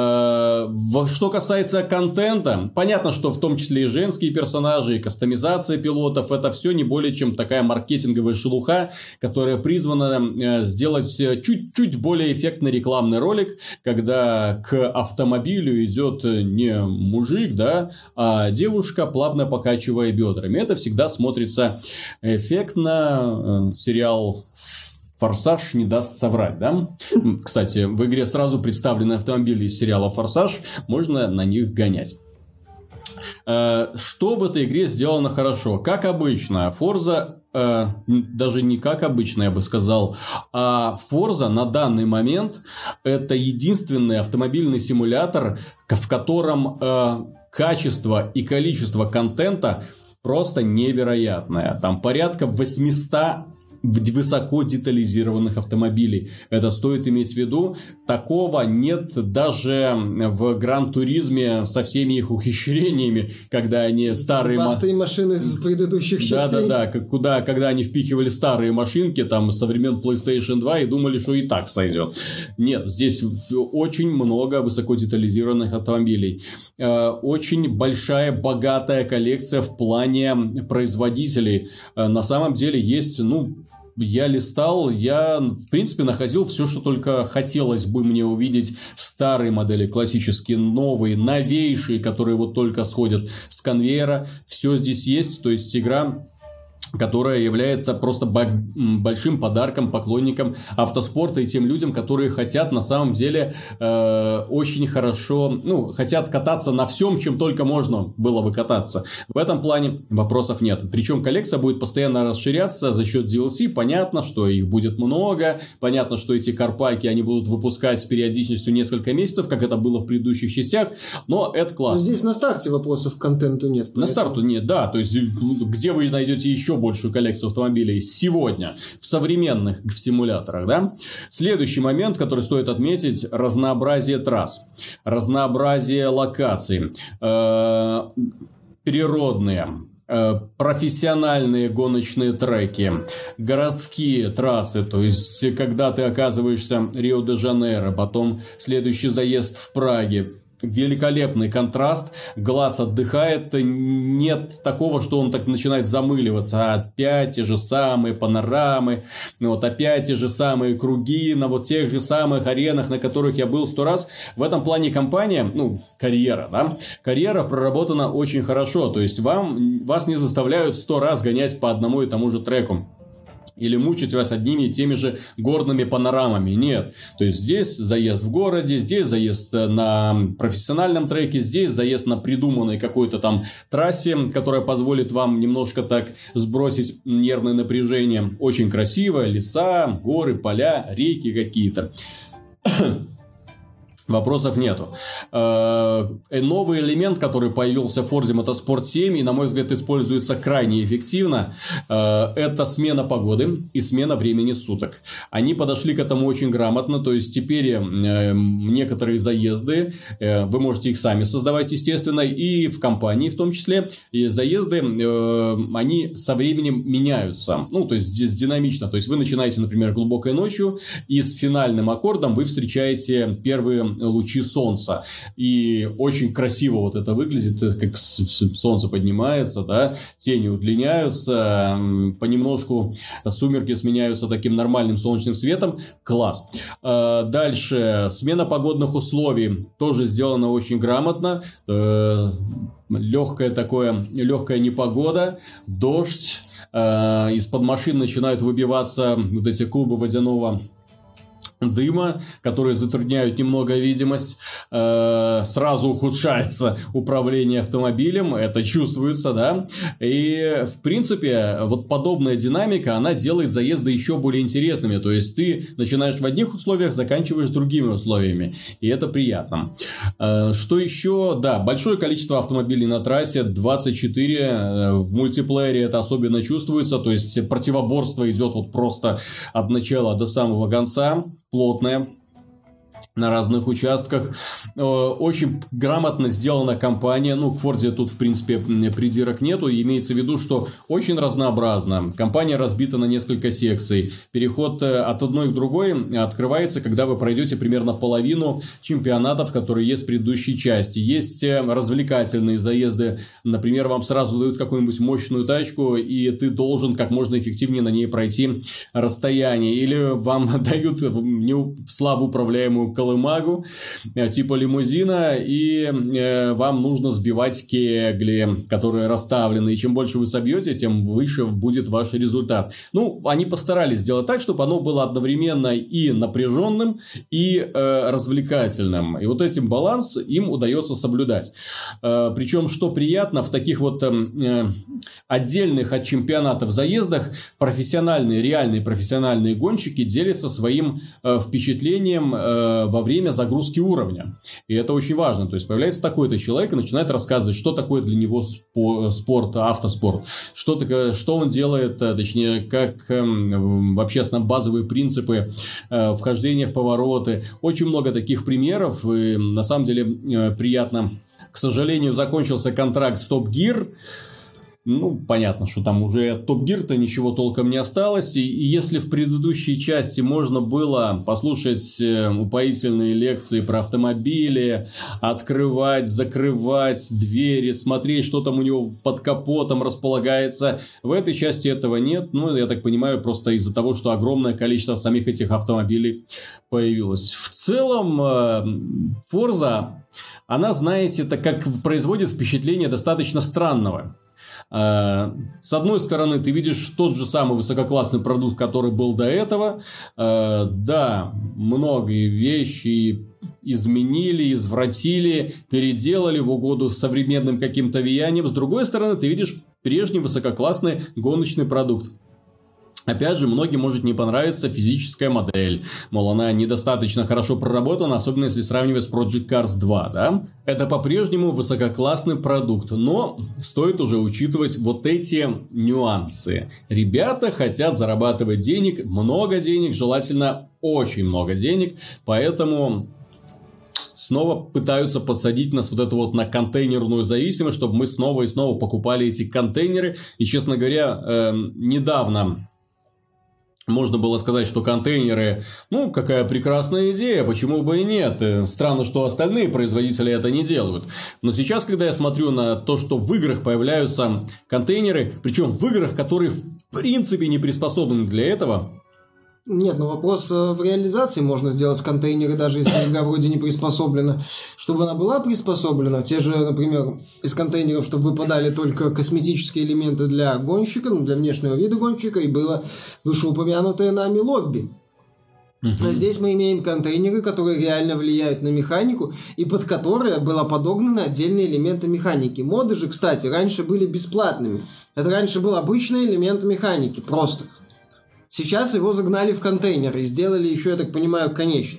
Что касается контента, понятно, что в том числе и женские персонажи, и кастомизация пилотов, это все не более чем такая маркетинговая шелуха, которая призвана сделать чуть-чуть более эффектный рекламный ролик, когда к автомобилю идет не мужик, да, а девушка, плавно покачивая бедрами. Это всегда смотрится эффектно. Сериал «Форсаж» не даст соврать, да? Кстати, в игре сразу представлены автомобили из сериала «Форсаж», можно на них гонять. Что в этой игре сделано хорошо? Как обычно, Forza, даже не как обычно, я бы сказал, а Forza на данный момент это единственный автомобильный симулятор, в котором качество и количество контента просто невероятное. Там порядка 800 высоко детализированных автомобилей. Это стоит иметь в виду. Такого нет даже в Гран-туризме со всеми их ухищрениями, когда они старые... Простые машины из предыдущих частей. Да-да-да, когда они впихивали старые машинки там со времен PlayStation 2 и думали, что и так сойдет. Нет, здесь очень много высоко детализированных автомобилей. Очень большая, богатая коллекция в плане производителей. На самом деле есть, я листал, я, в принципе, находил все, что только хотелось бы мне увидеть. Старые модели, классические, новые, новейшие, которые вот только сходят с конвейера. Все здесь есть, то есть игра, которая является просто большим подарком поклонникам автоспорта и тем людям, которые хотят на самом деле очень хорошо, хотят кататься на всем, чем только можно было бы кататься. В этом плане вопросов нет. Причем коллекция будет постоянно расширяться за счет DLC. Понятно, что их будет много. Понятно, что эти карпаки они будут выпускать с периодичностью несколько месяцев, как это было в предыдущих частях. Но это классно. Но здесь на старте вопросов к контенту нет. Поэтому... На старту нет, да. То есть, где вы найдете еще большую коллекцию автомобилей сегодня в современных симуляторах, да? Следующий момент, который стоит отметить, разнообразие трасс, разнообразие локаций, природные, профессиональные гоночные треки, городские трассы, то есть когда ты оказываешься в Рио-де-Жанейро, потом следующий заезд в Праге. Великолепный контраст, глаз отдыхает, нет такого, что он так начинает замыливаться, опять те же самые панорамы, опять те же самые круги на вот тех же самых аренах, на которых я был 100 раз. В этом плане компания, карьера, да, карьера проработана очень хорошо, то есть вас не заставляют 100 раз гонять по одному и тому же треку. Или мучить вас одними и теми же горными панорамами. Нет. То есть, здесь заезд в городе, здесь заезд на профессиональном треке, здесь заезд на придуманной какой-то там трассе, которая позволит вам немножко так сбросить нервное напряжение. Очень красиво. Леса, горы, поля, реки какие-то. Вопросов нету. Новый элемент, который появился в Forza Motorsport 7 и, на мой взгляд, используется крайне эффективно, это смена погоды и смена времени суток. Они подошли к этому очень грамотно, то есть теперь некоторые заезды, вы можете их сами создавать, естественно, и в компании в том числе, и заезды, они со временем меняются, то есть здесь динамично, то есть вы начинаете, например, глубокой ночью, и с финальным аккордом вы встречаете первые лучи солнца. И очень красиво вот это выглядит, как солнце поднимается, да, тени удлиняются, понемножку сумерки сменяются таким нормальным солнечным светом. Класс. Дальше. Смена погодных условий. Тоже сделано очень грамотно. Легкая непогода, дождь. Из-под машин начинают выбиваться вот эти клубы водяного дыма, которые затрудняют немного видимость, сразу ухудшается управление автомобилем, это чувствуется, да, и в принципе вот подобная динамика, она делает заезды еще более интересными, то есть ты начинаешь в одних условиях, заканчиваешь другими условиями, и это приятно. Что еще? Да, большое количество автомобилей на трассе, 24, в мультиплеере это особенно чувствуется, то есть противоборство идет вот просто от начала до самого конца, плотное. на разных участках. Очень грамотно сделана компания. Ну, к Форзе тут, в принципе, придирок нету. Имеется в виду, что очень разнообразно. Компания разбита на несколько секций. Переход от одной к другой открывается, когда вы пройдете примерно половину чемпионатов, которые есть в предыдущей части. Есть развлекательные заезды. Например, вам сразу дают какую-нибудь мощную тачку, и ты должен как можно эффективнее на ней пройти расстояние. Или вам дают слабо управляемую колымагу типа лимузина, и вам нужно сбивать кегли, которые расставлены. И чем больше вы собьете, тем выше будет ваш результат. Ну, они постарались сделать так, чтобы оно было одновременно и напряженным, и развлекательным. И вот этим баланс им удается соблюдать. Причем, что приятно, в таких вот отдельных от чемпионатов заездах профессиональные, реальные профессиональные гонщики делятся своим впечатлением во время загрузки уровня. И это очень важно. То есть, появляется такой-то человек и начинает рассказывать, что такое для него спорт, автоспорт. Что он делает, точнее, как вообще базовые принципы вхождения в повороты. очень много таких примеров. И на самом деле приятно. К сожалению, закончился контракт с Top Gear. Ну, понятно, что там уже от Top Gear-то ничего толком не осталось. И если в предыдущей части можно было послушать упоительные лекции про автомобили, открывать, закрывать двери, смотреть, что там у него под капотом располагается, в этой части этого нет. Ну, я так понимаю, просто из-за того, что огромное количество самих этих автомобилей появилось. В целом, Forza, она, знаете, так как производит впечатление достаточно странного. С одной стороны, ты видишь тот же самый высококлассный продукт, который был до этого. Да, многие вещи изменили, извратили, переделали в угоду современным каким-то влияниям. С другой стороны, ты видишь прежний высококлассный гоночный продукт. Опять же, многим может не понравиться физическая модель. Мол, она недостаточно хорошо проработана, особенно если сравнивать с Project Cars 2, да? Это по-прежнему высококлассный продукт, но стоит уже учитывать вот эти нюансы. Ребята хотят зарабатывать денег, много денег, желательно очень много денег, поэтому снова пытаются подсадить нас вот это вот на контейнерную зависимость, чтобы мы снова и снова покупали эти контейнеры. И, честно говоря, недавно можно было сказать, что контейнеры, ну, какая прекрасная идея, почему бы и нет. Странно, что остальные производители это не делают. Но сейчас, когда я смотрю на то, что в играх появляются контейнеры, причем в играх, которые в принципе не приспособлены для этого. Нет, ну вопрос в реализации. Можно сделать контейнеры, даже если игра вроде не приспособлена. Чтобы она была приспособлена, те же, например, из контейнеров, чтобы выпадали только косметические элементы для гонщика, ну, для внешнего вида гонщика, и было вышеупомянутое нами лобби. А здесь мы имеем контейнеры, которые реально влияют на механику, и под которые было подогнаны отдельные элементы механики. Моды же, кстати, раньше были бесплатными. Это раньше был обычный элемент механики, просто. Сейчас его загнали в контейнер и сделали еще, я так понимаю, конечный.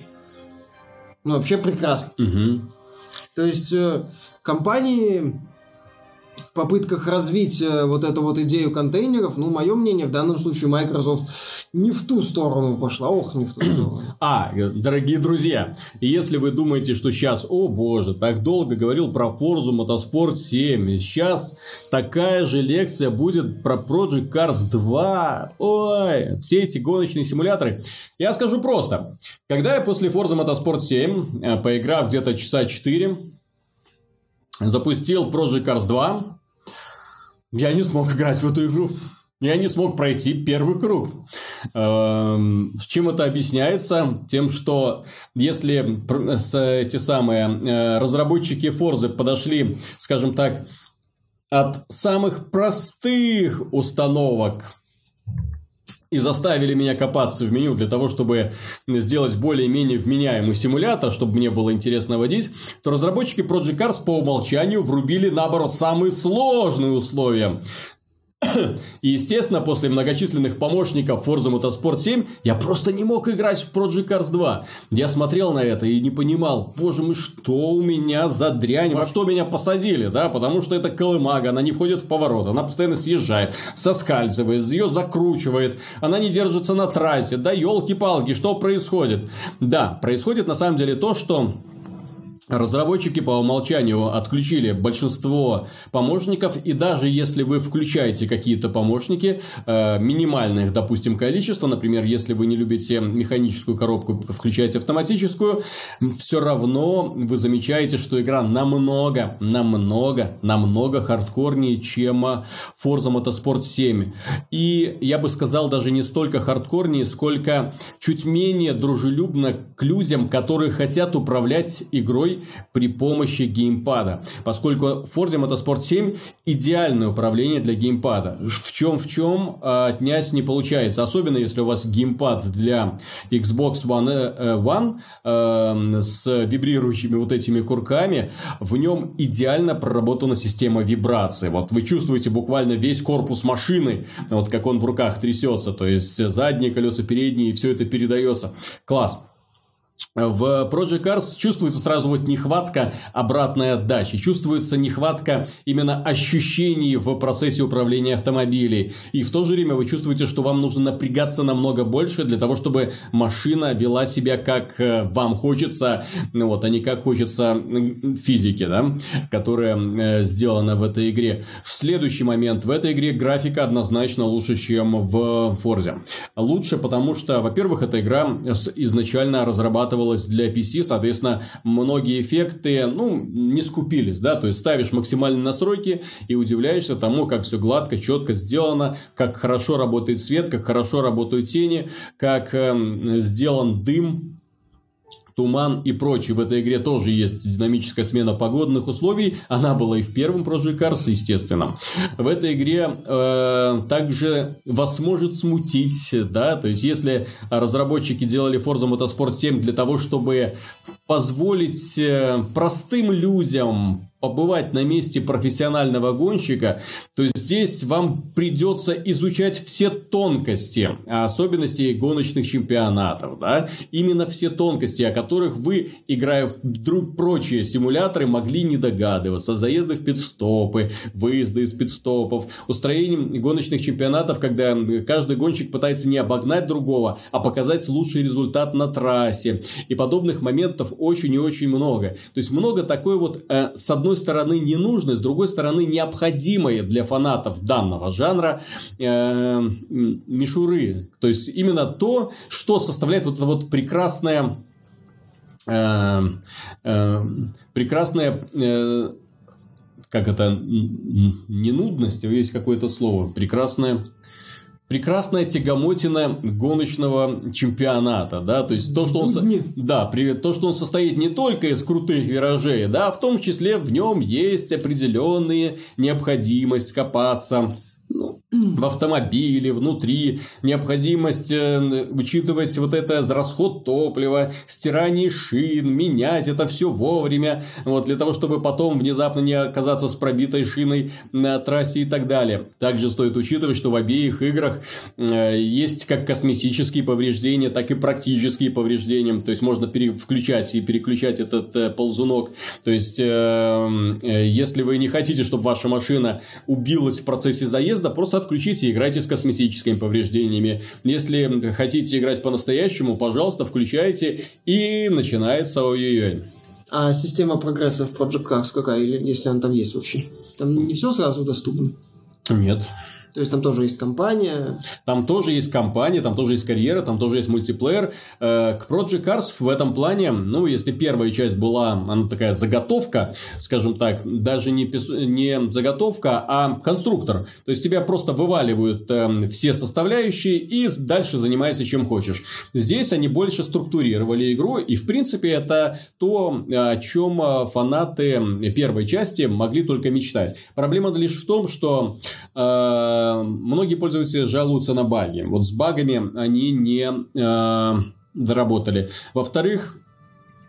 Ну, вообще прекрасно. То есть, компании в попытках развить вот эту вот идею контейнеров, ну, мое мнение, в данном случае Microsoft не в ту сторону пошла. Ох, не в ту сторону. Дорогие друзья, если вы думаете, что сейчас, о боже, так долго говорил про Forza Motorsport 7, сейчас такая же лекция будет про Project Cars 2, ой, все эти гоночные симуляторы. Я скажу просто, когда я после Forza Motorsport 7, поиграв где-то часа 4, запустил Project Cars 2, я не смог играть в эту игру. Я не смог пройти первый круг. Чем это объясняется? Тем, что если те самые разработчики Forza подошли, скажем так, от самых простых установок и заставили меня копаться в меню для того, чтобы сделать более-менее вменяемый симулятор, чтобы мне было интересно водить, то разработчики Project Cars по умолчанию врубили, наоборот, самые сложные условия. И, естественно, после многочисленных помощников Forza Motorsport 7 я просто не мог играть в Project Cars 2. Я смотрел на это и не понимал, боже мой, что у меня за дрянь, во что меня посадили, да, потому что это колымага, она не входит в поворот, она постоянно съезжает, соскальзывает, ее закручивает, она не держится на трассе, да, елки-палки, что происходит? Да, происходит на самом деле то, что... Разработчики по умолчанию отключили большинство помощников, и даже если вы включаете какие-то помощники, минимальных, допустим, количество, например, если вы не любите механическую коробку, включаете автоматическую, все равно вы замечаете, что игра намного хардкорнее, чем Forza Motorsport 7. И я бы сказал, даже не столько хардкорнее, сколько чуть менее дружелюбно к людям, которые хотят управлять игрой при помощи геймпада, поскольку Forza Motorsport 7 идеальное управление для геймпада. В чем отнять не получается, особенно если у вас геймпад для Xbox One с вибрирующими вот этими курками, в нем идеально проработана система вибрации. Вот вы чувствуете буквально весь корпус машины, вот как он в руках трясется, то есть задние колеса, передние, и все это передается. Класс. В Project Cars чувствуется сразу вот нехватка обратной отдачи, чувствуется нехватка именно ощущений в процессе управления автомобилей. И в то же время вы чувствуете, что вам нужно напрягаться намного больше для того, чтобы машина вела себя как вам хочется, вот, а не как хочется физики, да, которая сделана в этой игре. В следующий момент, в этой игре графика однозначно лучше, чем в Forza. Лучше, потому что, во-первых, эта игра изначально разрабатывалась для PC, соответственно, многие эффекты, не скупились, да, то есть ставишь максимальные настройки и удивляешься тому, как все гладко, четко сделано, как хорошо работает свет, как хорошо работают тени, как сделан дым, туман и прочее. В этой игре тоже есть динамическая смена погодных условий. Она была и в первом Project Cars, естественно. В этой игре также вас может смутить, да, то есть если разработчики делали Forza Motorsport 7 для того, чтобы позволить простым людям побывать на месте профессионального гонщика, то здесь вам придется изучать все тонкости, особенности гоночных чемпионатов, да? Именно все тонкости, о которых вы, играя в прочие симуляторы, могли не догадываться. Заезды в пит-стопы, выезды из пит-стопов, устроение гоночных чемпионатов, когда каждый гонщик пытается не обогнать другого, а показать лучший результат на трассе. И подобных моментов очень и очень много. То есть много такой вот, с одной стороны, ненужной, с другой стороны, необходимой для фанатов данного жанра мишуры. То есть именно то, что составляет вот это вот прекрасное как это, не нудность, а есть какое-то слово, прекрасная тягомотина гоночного чемпионата, да, то есть то, что он, то, что он состоит не только из крутых виражей, да, в том числе в нем есть определенная необходимость копаться в автомобиле, внутри, необходимость учитывать вот это расход топлива, стирание шин, менять это все вовремя, вот, для того, чтобы потом внезапно не оказаться с пробитой шиной на трассе и так далее. Также стоит учитывать, что в обеих играх есть как косметические повреждения, так и практические повреждения, то есть можно включать и переключать этот ползунок, то есть если вы не хотите, чтобы ваша машина убилась в процессе заезда, просто отключите и играйте с косметическими повреждениями. Если хотите играть по-настоящему, пожалуйста, включайте, и начинается ой-ой-ой. А система прогресса в Project Cars какая, или если она там есть вообще? Там не все сразу доступно? Нет. То есть там тоже есть компания? Там тоже есть компания, там тоже есть карьера, там тоже есть мультиплеер. К Project Cars в этом плане, если первая часть была, она такая заготовка, скажем так, даже не заготовка, а конструктор. То есть тебя просто вываливают все составляющие и дальше занимайся чем хочешь. Здесь они больше структурировали игру, и в принципе это то, о чем фанаты первой части могли только мечтать. Проблема лишь в том, что многие пользователи жалуются на баги. Вот с багами они не доработали. Во-вторых,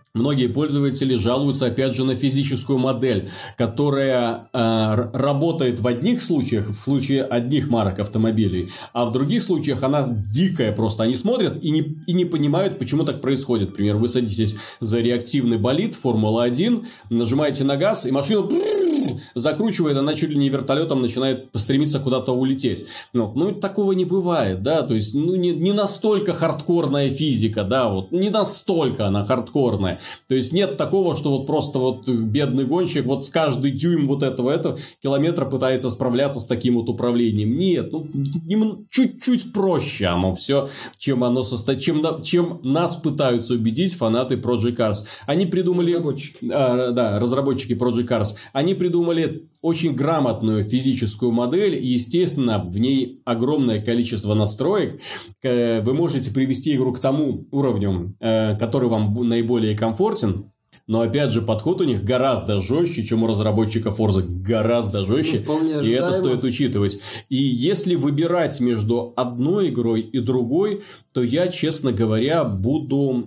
Многие пользователи жалуются, опять же, на физическую модель, которая работает в одних случаях, в случае одних марок автомобилей, а в других случаях она дикая просто. Они смотрят и не понимают, почему так происходит. Например, вы садитесь за реактивный болид Формула-1, нажимаете на газ, и машину закручивает, она чуть ли не вертолетом начинает стремиться куда-то улететь. Ну, такого не бывает, да, то есть, не настолько хардкорная физика, да, вот, не настолько она хардкорная. То есть, нет такого, что вот просто вот бедный гонщик вот каждый дюйм вот этого километра пытается справляться с таким вот управлением. Нет, чуть-чуть проще оно все, чем нас пытаются убедить фанаты Project Cars. Они придумали... Разработчики Project Cars. Они придумали очень грамотную физическую модель, и, естественно, в ней огромное количество настроек. Вы можете привести игру к тому уровню, который вам наиболее комфортен. Но, опять же, подход у них гораздо жестче, чем у разработчиков Forza. Гораздо жестче. И это стоит учитывать. И если выбирать между одной игрой и другой, то я, честно говоря, буду...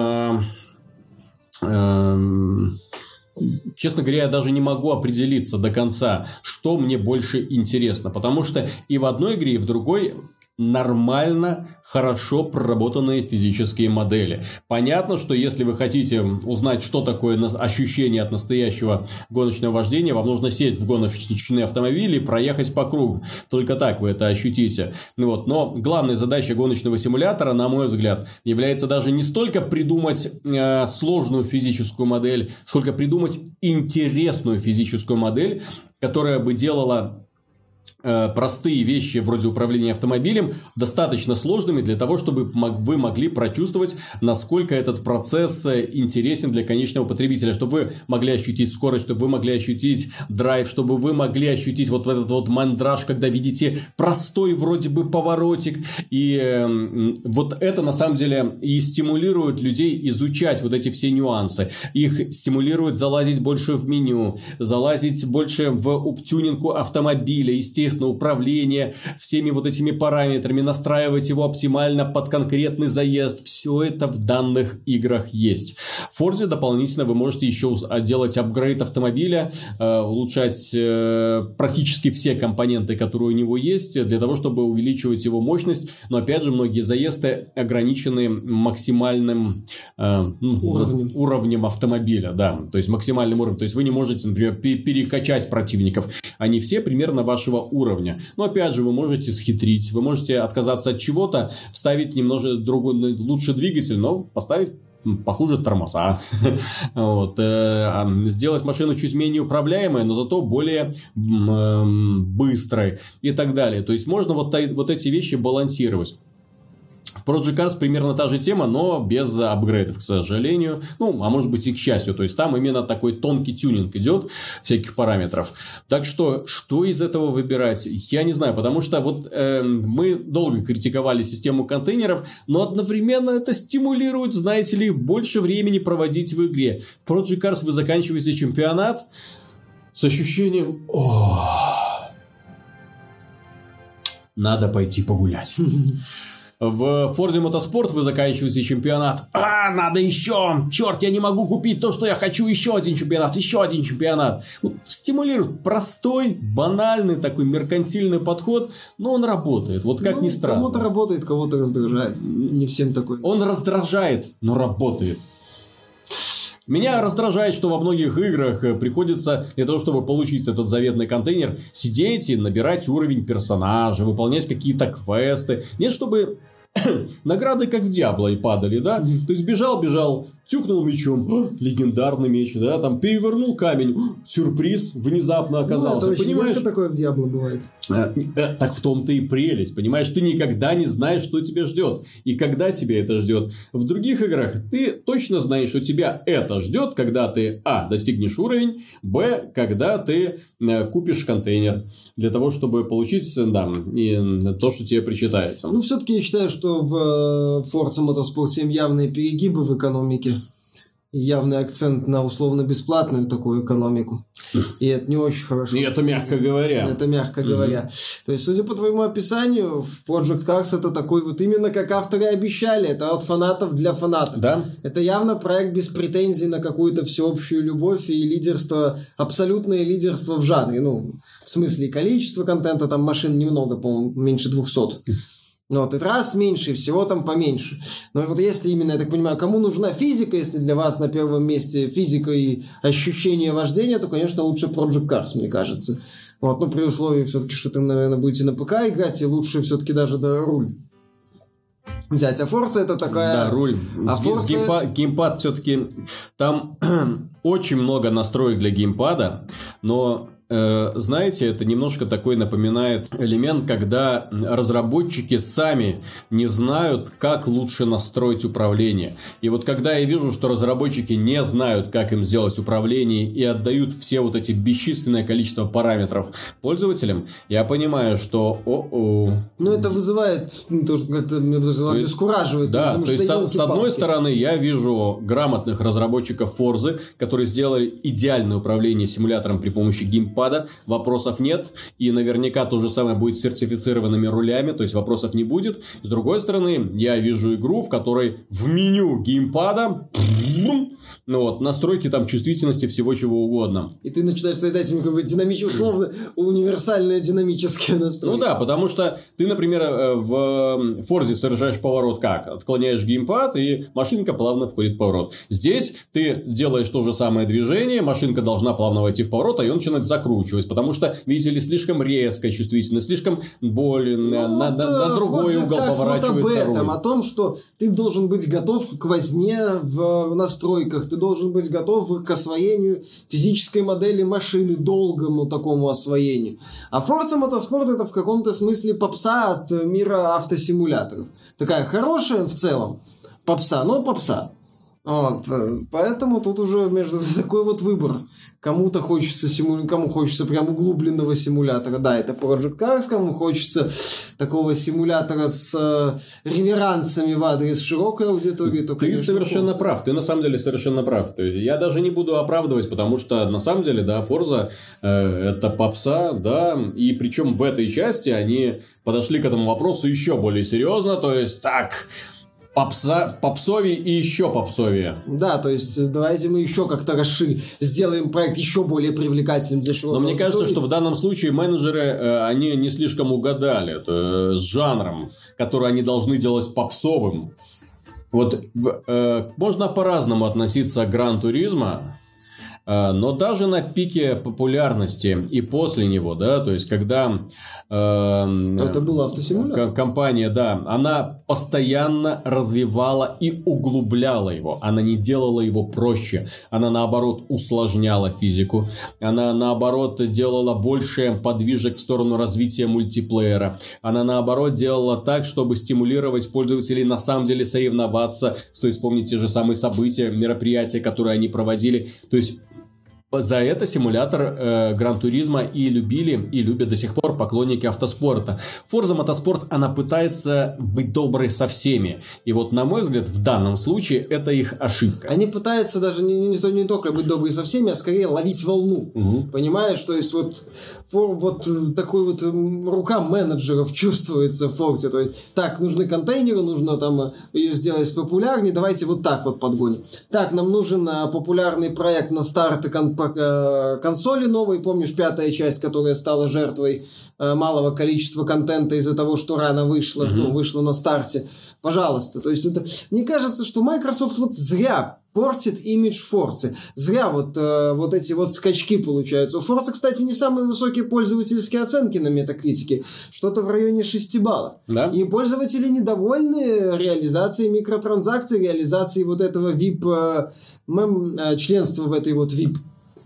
Честно говоря, я даже не могу определиться до конца, что мне больше интересно. Потому что и в одной игре, и в другой нормально, хорошо проработанные физические модели. Понятно, что если вы хотите узнать, что такое ощущение от настоящего гоночного вождения, вам нужно сесть в гоночный автомобиль и проехать по кругу. Только так вы это ощутите. Вот. Но главная задача гоночного симулятора, на мой взгляд, является даже не столько придумать сложную физическую модель, сколько придумать интересную физическую модель, которая бы делала простые вещи вроде управления автомобилем достаточно сложными для того, чтобы вы могли прочувствовать, насколько этот процесс интересен для конечного потребителя, чтобы вы могли ощутить скорость, чтобы вы могли ощутить драйв, чтобы вы могли ощутить вот этот вот мандраж, когда видите простой вроде бы поворотик. И вот это на самом деле и стимулирует людей изучать вот эти все нюансы. Их стимулирует залазить больше в меню, залазить больше в тюнингу автомобиля, естественно, управление всеми вот этими параметрами, настраивать его оптимально под конкретный заезд. Все это в данных играх есть. В Forza дополнительно вы можете еще делать апгрейд автомобиля, улучшать практически все компоненты, которые у него есть, для того, чтобы увеличивать его мощность. Но опять же, многие заезды ограничены максимальным уровнем автомобиля. Да, то есть максимальным уровнем. То есть вы не можете, например, перекачать противников. Они все примерно вашего уровня. Но опять же, вы можете схитрить, вы можете отказаться от чего-то, вставить немного лучше двигатель, но поставить похуже тормоза. Вот. Сделать машину чуть менее управляемой, но зато более быстрой и так далее. То есть можно вот эти вещи балансировать. В Project Cars примерно та же тема, но без апгрейдов, к сожалению. Ну, а может быть и к счастью. То есть, там именно такой тонкий тюнинг идет всяких параметров. Так что из этого выбирать? Я не знаю. Потому что вот мы долго критиковали систему контейнеров, но одновременно это стимулирует, знаете ли, больше времени проводить в игре. В Project Cars вы заканчиваете чемпионат с ощущением... Надо пойти погулять. В Forza Motorsport вы заканчиваете чемпионат. Надо еще! Черт, я не могу купить то, что я хочу. Еще один чемпионат, еще один чемпионат. Стимулирует простой, банальный такой меркантильный подход, но он работает. Вот как ни странно. Кому-то работает, кого-то раздражает. Не всем такой. Он раздражает, но работает. Меня раздражает, что во многих играх приходится для того, чтобы получить этот заветный контейнер, сидеть и набирать уровень персонажа, выполнять какие-то квесты. Нет, чтобы награды как в Диабло и падали, да? То есть бежал, тюкнул мечом, легендарный меч, да, там перевернул камень, сюрприз внезапно оказался. Это очень редко такое в Диабло бывает. Так в том-то и прелесть, понимаешь, ты никогда не знаешь, что тебя ждет и когда тебя это ждет. В других играх ты точно знаешь, что тебя это ждет, когда ты достигнешь уровень, когда ты купишь контейнер для того, чтобы получить то, что тебе причитается. Ну, все-таки я считаю, что в Forza Motorsport 7 явные перегибы в экономике. явный акцент на условно-бесплатную такую экономику. И это не очень хорошо. И это мягко говоря. Это мягко говоря. То есть, судя по твоему описанию, в Project Cars это такой вот именно как авторы обещали. Это от фанатов для фанатов. Да. Это явно проект без претензий на какую-то всеобщую любовь и лидерство, абсолютное лидерство в жанре. Ну, в смысле количество контента, там машин немного, по-моему, меньше 200. Вот, и раз меньше, и всего там поменьше. Но вот если именно, я так понимаю, кому нужна физика, если для вас на первом месте физика и ощущение вождения, то, конечно, лучше Project Cars, мне кажется. Вот, ну, при условии все-таки, что ты, наверное, будете на ПК играть, и лучше все-таки даже руль взять. А Forza это такая... Да, руль. Геймпад все-таки... Там очень много настроек для геймпада, но... знаете, это немножко такой напоминает элемент, когда разработчики сами не знают, как лучше настроить управление. И вот когда я вижу, что разработчики не знают, как им сделать управление и отдают все вот эти бесчисленное количество параметров пользователям, я понимаю, что Ну, это вызывает, тоже как-то обескураживает. Да, то есть с одной стороны я вижу грамотных разработчиков Forza, которые сделали идеальное управление симулятором при помощи геймпада. Вопросов нет. И наверняка то же самое будет с сертифицированными рулями. То есть вопросов не будет. С другой стороны, я вижу игру, в которой в меню геймпада ну вот, настройки там чувствительности всего чего угодно. И ты начинаешь создать этими как бы условно универсальные динамические настройки. Ну да, потому что ты, например, в Forza совершаешь поворот как? Отклоняешь геймпад, и машинка плавно входит в поворот. Здесь ты делаешь то же самое движение, машинка должна плавно войти в поворот, а ее начинает закручивать. Потому что, видите ли, слишком резкая чувствительность, слишком на другой угол поворачивается вот об этом, руль. о том, что ты должен быть готов к возне в настройках, ты должен быть готов к освоению физической модели машины, долгому такому освоению. А Forza Motorsport это в каком-то смысле попса от мира автосимуляторов. Такая хорошая в целом попса, но попса. Вот. Поэтому тут уже между такой вот выбор. Кому-то хочется кому хочется прям углубленного симулятора. Да, это Project Cars, кому хочется такого симулятора с реверансами в адрес широкой аудитории. То, ты совершенно прав. Ты на самом деле совершенно прав. Я даже не буду оправдывать, потому что на самом деле, да, Forza это попса, да, и причем в этой части они подошли к этому вопросу еще более серьезно. То есть так... попсовее и еще попсовее. Да, то есть давайте мы еще как-то сделаем проект еще более привлекательным для широкой аудитории. Но мне кажется, что в данном случае менеджеры, они не слишком угадали с жанром, который они должны делать попсовым. Вот можно по-разному относиться к Гран-туризмо, но даже на пике популярности и после него, да, то есть когда это был автосимулятор. Компания, да, она постоянно развивала и углубляла его, она не делала его проще, она наоборот усложняла физику, она наоборот делала больше подвижек в сторону развития мультиплеера, она наоборот делала так, чтобы стимулировать пользователей на самом деле соревноваться, стоит вспомнить те же самые события, мероприятия, которые они проводили, то есть за это симулятор Гран-туризма и любили, и любят до сих пор поклонники автоспорта. Forza Motorsport, она пытается быть доброй со всеми. И вот, на мой взгляд, в данном случае это их ошибка. Они пытаются даже не только быть доброй со всеми, а скорее ловить волну. Угу. Понимаешь? То есть, вот такой вот рука менеджеров чувствуется в Forza. То есть, так, нужны контейнеры, нужно там ее сделать популярнее, давайте вот так вот подгоним. Так, нам нужен популярный проект на старт консоли новой, помнишь, 5-я часть, которая стала жертвой малого количества контента из-за того, что рано вышла, вышла на старте. Пожалуйста. То есть, мне кажется, что Microsoft вот зря портит имидж Forza. Зря вот эти вот скачки получаются. У Forza, кстати, не самые высокие пользовательские оценки на Метакритике. Что-то в районе 6 баллов. Да? И пользователи недовольны реализацией микротранзакций, реализацией вот этого VIP, членства в этой вот VIP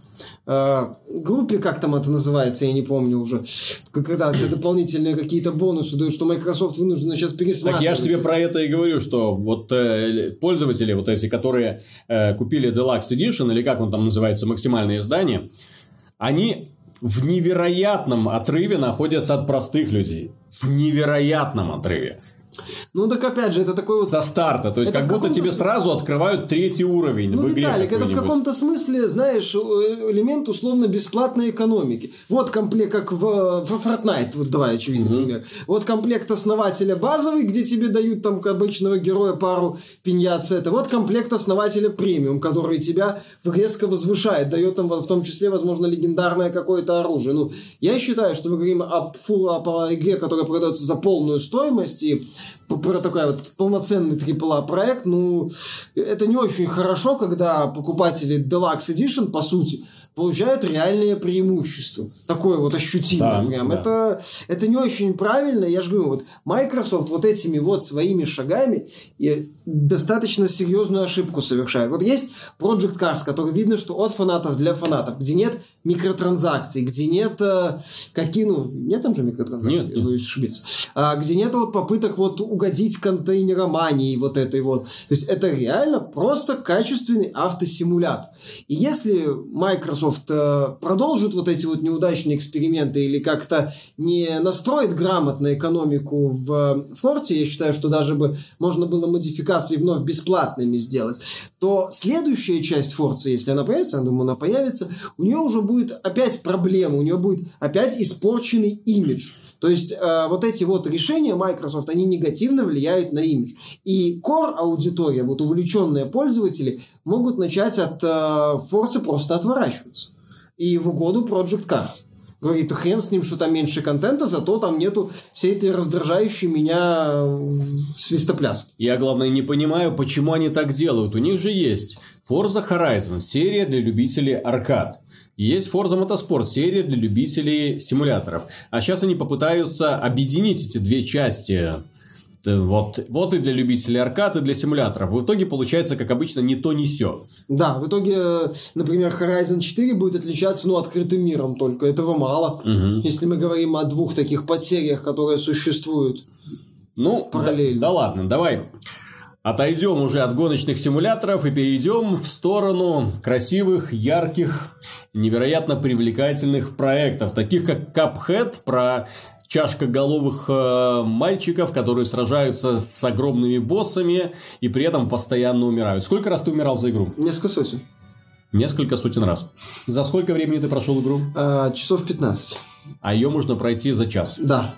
группе, как там это называется, я не помню уже, когда все дополнительные какие-то бонусы дают, что Microsoft вынуждена сейчас пересматривать. Так я же тебе про это и говорю, что вот пользователи вот эти, которые купили Deluxe Edition, или как он там называется, максимальное издание, они в невероятном отрыве находятся от простых людей. В невероятном отрыве. Ну, так опять же, это такой вот... Со старта. То есть, как будто тебе сразу открывают 3-й уровень в игре. Виталик, это в каком-то смысле, знаешь, элемент условно-бесплатной экономики. Вот комплект, как в Fortnite, вот давай очевидный пример. Вот комплект основателя базовый, где тебе дают там обычного героя пару пиньят сета. Вот комплект основателя премиум, который тебя резко возвышает, дает там в том числе, возможно, легендарное какое-то оружие. Ну, я считаю, что мы говорим о игре, которая продается за полную стоимость, и про такой вот полноценный AAA проект, ну, это не очень хорошо, когда покупатели Deluxe Edition, по сути, получают реальные преимущества. Такое вот ощутимое. Да, прям. Да. Это не очень правильно. Я же говорю, вот Microsoft вот этими вот своими шагами достаточно серьезную ошибку совершает. Вот есть Project Cars, который видно, что от фанатов для фанатов, где нет микротранзакций, где нет нет там же микротранзакций, боюсь ошибиться, где нет вот попыток вот угодить контейнеромании вот этой вот. То есть это реально просто качественный автосимулятор. И если Microsoft продолжит вот эти вот неудачные эксперименты или как-то не настроит грамотно экономику в Forza, я считаю, что даже бы можно было модификации вновь бесплатными сделать, то следующая часть Forza, если она появится, я думаю, она появится, у нее уже будет опять проблема, у нее будет опять испорченный имидж. То есть вот эти вот решения Microsoft, они негативно влияют на имидж. И core аудитория, вот увлеченные пользователи, могут начать от Forza просто отворачиваться. И в угоду Project Cars. Говорит, хрен с ним, что там меньше контента, зато там нету всей этой раздражающей меня свистопляски. Я, главное, не понимаю, почему они так делают. У них же есть Forza Horizon, серия для любителей аркад. Есть Forza Motorsport, серия для любителей симуляторов. А сейчас они попытаются объединить эти две части. Вот и для любителей аркад, и для симуляторов. В итоге получается, как обычно, ни то, ни сё. Да, в итоге, например, Horizon 4 будет отличаться, открытым миром только. Этого мало. Если мы говорим о двух таких подсериях, которые существуют параллельно. Да ладно, давай отойдем уже от гоночных симуляторов и перейдем в сторону красивых, ярких, невероятно привлекательных проектов, таких как Cuphead, про чашкоголовых мальчиков, которые сражаются с огромными боссами и при этом постоянно умирают. Сколько раз ты умирал за игру? Несколько сотен. Несколько сотен раз. За сколько времени ты прошел игру? Часов 15. А ее можно пройти за час? Да.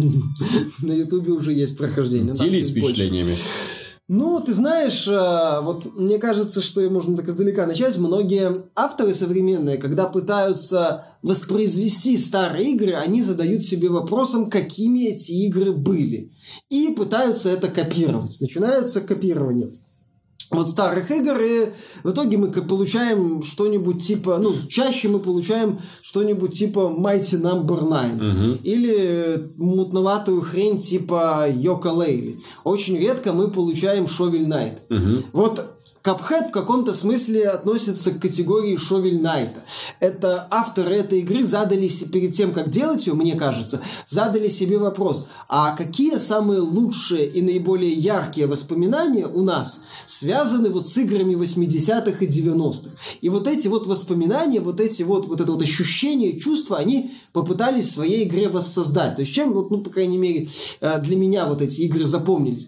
На Ютубе уже есть прохождение. Делись впечатлениями. Ну, ты знаешь, вот мне кажется, что можно так издалека начать. Многие авторы современные, когда пытаются воспроизвести старые игры, они задают себе вопросом, какими эти игры были. И пытаются это копировать. Начинается копирование вот старых игр, и в итоге мы получаем что-нибудь типа, чаще мы получаем что-нибудь типа Mighty Number 9 или мутноватую хрень типа Yooka-Laylee. Очень редко мы получаем Shovel Knight. Вот Cuphead в каком-то смысле относится к категории Shovel Knight. Это авторы этой игры задали себе, перед тем, как делать ее, мне кажется, задали себе вопрос, а какие самые лучшие и наиболее яркие воспоминания у нас связаны вот с играми 80-х и 90-х. И вот эти вот воспоминания, вот это вот ощущение, чувства, они попытались в своей игре воссоздать. То есть чем, по крайней мере, для меня вот эти игры запомнились?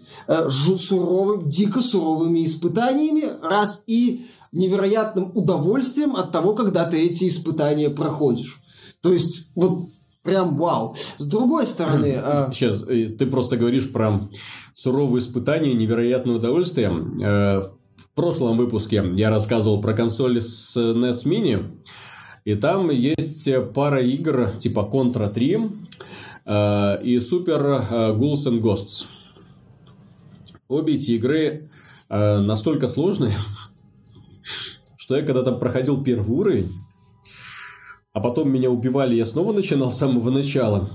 Дико суровыми испытаниями, раз, и невероятным удовольствием от того, когда ты эти испытания проходишь. То есть, вот прям вау. С другой стороны... Сейчас, ты просто говоришь про суровые испытания, невероятное удовольствие. В прошлом выпуске я рассказывал про консоль с NES Mini, и там есть пара игр типа Contra 3 и Super Ghouls and Ghosts. Обе эти игры настолько сложные, что я когда там проходил первый уровень, а потом меня убивали, я снова начинал с самого начала,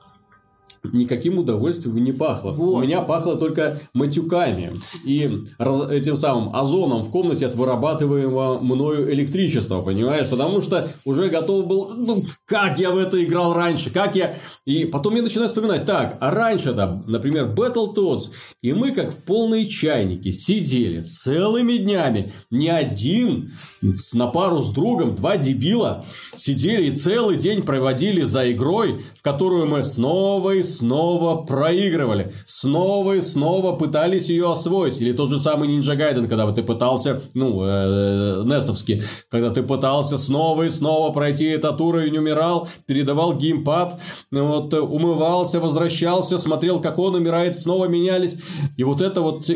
никаким удовольствием не пахло. Вот. У меня пахло только матюками и этим самым озоном в комнате от вырабатываемого мною электричества, понимаешь? Потому что уже готов был, как я в это играл раньше, И потом я начинаю вспоминать, а раньше-то, например, Battletoads, и мы как полные чайники сидели целыми днями, не один, на пару с другом, два дебила, сидели и целый день проводили за игрой, в которую мы снова и снова проигрывали. Снова и снова пытались ее освоить. Или тот же самый Ninja Gaiden, когда ты пытался, несовский, когда ты пытался снова и снова пройти этот уровень, умирал, передавал геймпад, умывался, возвращался, смотрел, как он умирает, снова менялись. И вот это вот...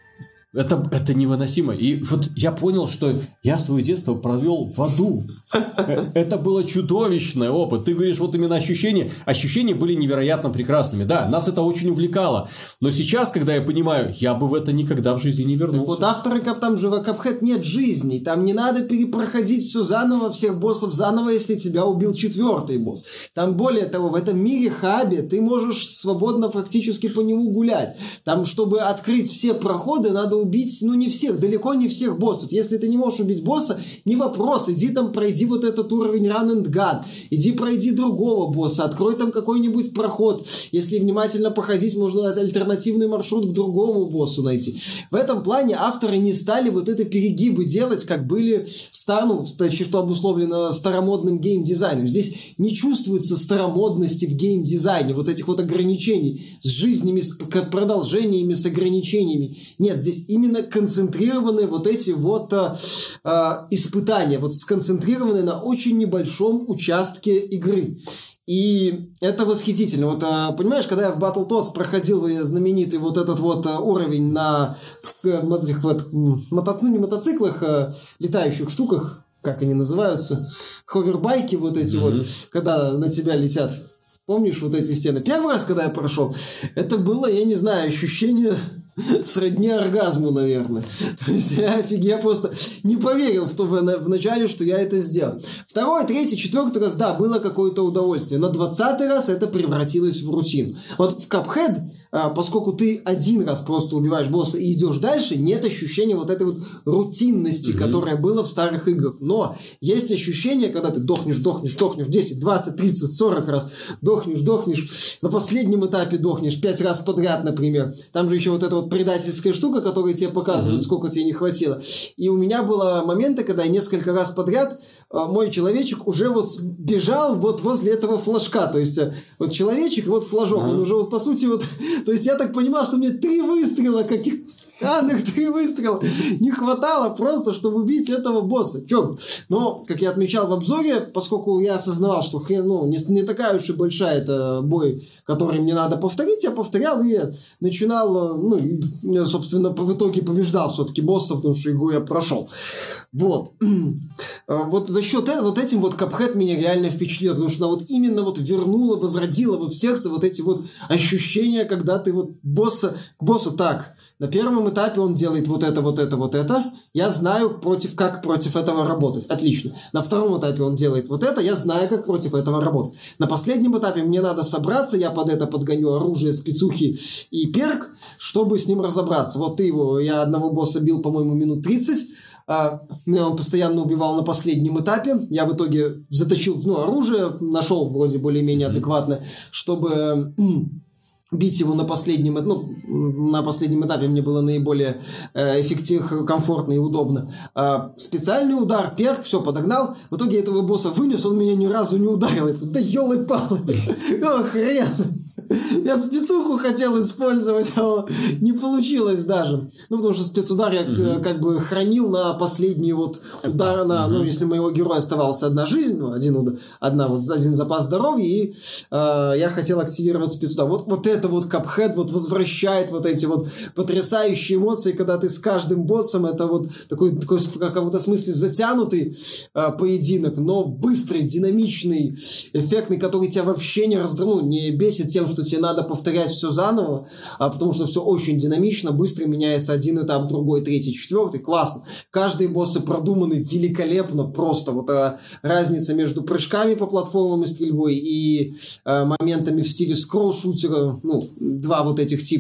Это невыносимо. И вот я понял, что я свое детство провел в аду. Это было чудовищный опыт. Ты говоришь, вот именно ощущения. Ощущения были невероятно прекрасными. Да, нас это очень увлекало. Но сейчас, когда я понимаю, я бы в это никогда в жизни не вернулся. Вот авторы, там же в Cuphead нет жизни. Там не надо перепроходить все заново, всех боссов заново, если тебя убил 4-й босс. Там, более того, в этом мире хабе ты можешь свободно фактически по нему гулять. Там, чтобы открыть все проходы, надо убить, не всех, далеко не всех боссов. Если ты не можешь убить босса, не вопрос, иди там пройди вот этот уровень Run and Gun, иди пройди другого босса, открой там какой-нибудь проход. Если внимательно походить, можно альтернативный маршрут к другому боссу найти. В этом плане авторы не стали вот это перегибы делать, как были что обусловлено старомодным геймдизайном. Здесь не чувствуется старомодности в геймдизайне, вот этих вот ограничений с жизнями, с продолжениями, с ограничениями. Нет, здесь именно концентрированы вот эти вот испытания, вот сконцентрированы на очень небольшом участке игры. И это восхитительно. Вот, понимаешь, когда я в Battletoads проходил знаменитый вот этот вот уровень на этих вот не мотоциклах, летающих штуках, как они называются, ховербайки вот эти вот, когда на тебя летят. Помнишь вот эти стены? Первый раз, когда я прошел, это было, я не знаю, ощущение сродни оргазму, наверное. То есть я просто не поверил в начале, что я это сделал. 2-й, 3-й, 4-й раз, да, было какое-то удовольствие. На 20-й раз это превратилось в рутину. Вот в Cuphead, поскольку ты один раз просто убиваешь босса и идешь дальше, нет ощущения вот этой вот рутинности, которая была в старых играх. Но есть ощущение, когда ты дохнешь 10, 20, 30, 40 раз, дохнешь, на последнем этапе дохнешь 5 раз подряд, например. Там же еще вот эта вот предательская штука, которая тебе показывает, сколько тебе не хватило. И у меня было моменты, когда я несколько раз подряд мой человечек уже вот бежал вот возле этого флажка. То есть вот человечек, вот флажок, он уже вот по сути вот... То есть я так понимал, что мне 3 выстрела, каких странных 3 выстрела не хватало просто, чтобы убить этого босса. Но, как я отмечал в обзоре, поскольку я осознавал, что не такая уж и большая это бой, который мне надо повторить, я повторял и начинал, собственно, в итоге побеждал все-таки босса, потому что игру я прошел. Вот. Вот за счет вот этим вот Cuphead меня реально впечатлил, потому что она вот именно вот вернула, возродила вот в сердце вот эти вот ощущения, когда ты вот к боссу так, на первом этапе он делает вот это, я знаю, как против этого работать. Отлично. На втором этапе он делает вот это, я знаю, как против этого работать. На последнем этапе мне надо собраться, я под это подгоню оружие, спецухи и перк, чтобы с ним разобраться. Вот я одного босса бил, по-моему, минут 30, меня он постоянно убивал на последнем этапе. Я в итоге заточил оружие, нашел вроде более-менее адекватное, чтобы бить его на последнем этапе мне было наиболее эффективно, комфортно и удобно. Специальный удар, перк, все, подогнал. В итоге я этого босса вынес, он меня ни разу не ударил. Да елы-палы, хрен. Я спецуху хотел использовать, а не получилось даже. Потому что спецудар я как бы хранил на последний вот удар, если у моего героя оставалась одна жизнь, один запас здоровья, и я хотел активировать спецудар. Вот это вот Cuphead вот возвращает вот эти вот потрясающие эмоции, когда ты с каждым боссом, это вот такой в каком-то смысле затянутый поединок, но быстрый, динамичный, эффектный, который тебя вообще не бесит тем, что тебе надо повторять все заново, потому что все очень динамично, быстро меняется один этап, другой, третий, четвертый, классно. Каждые боссы продуманы великолепно, просто вот разница между прыжками по платформам и стрельбой и моментами в стиле скролл-шутера, два вот этих типа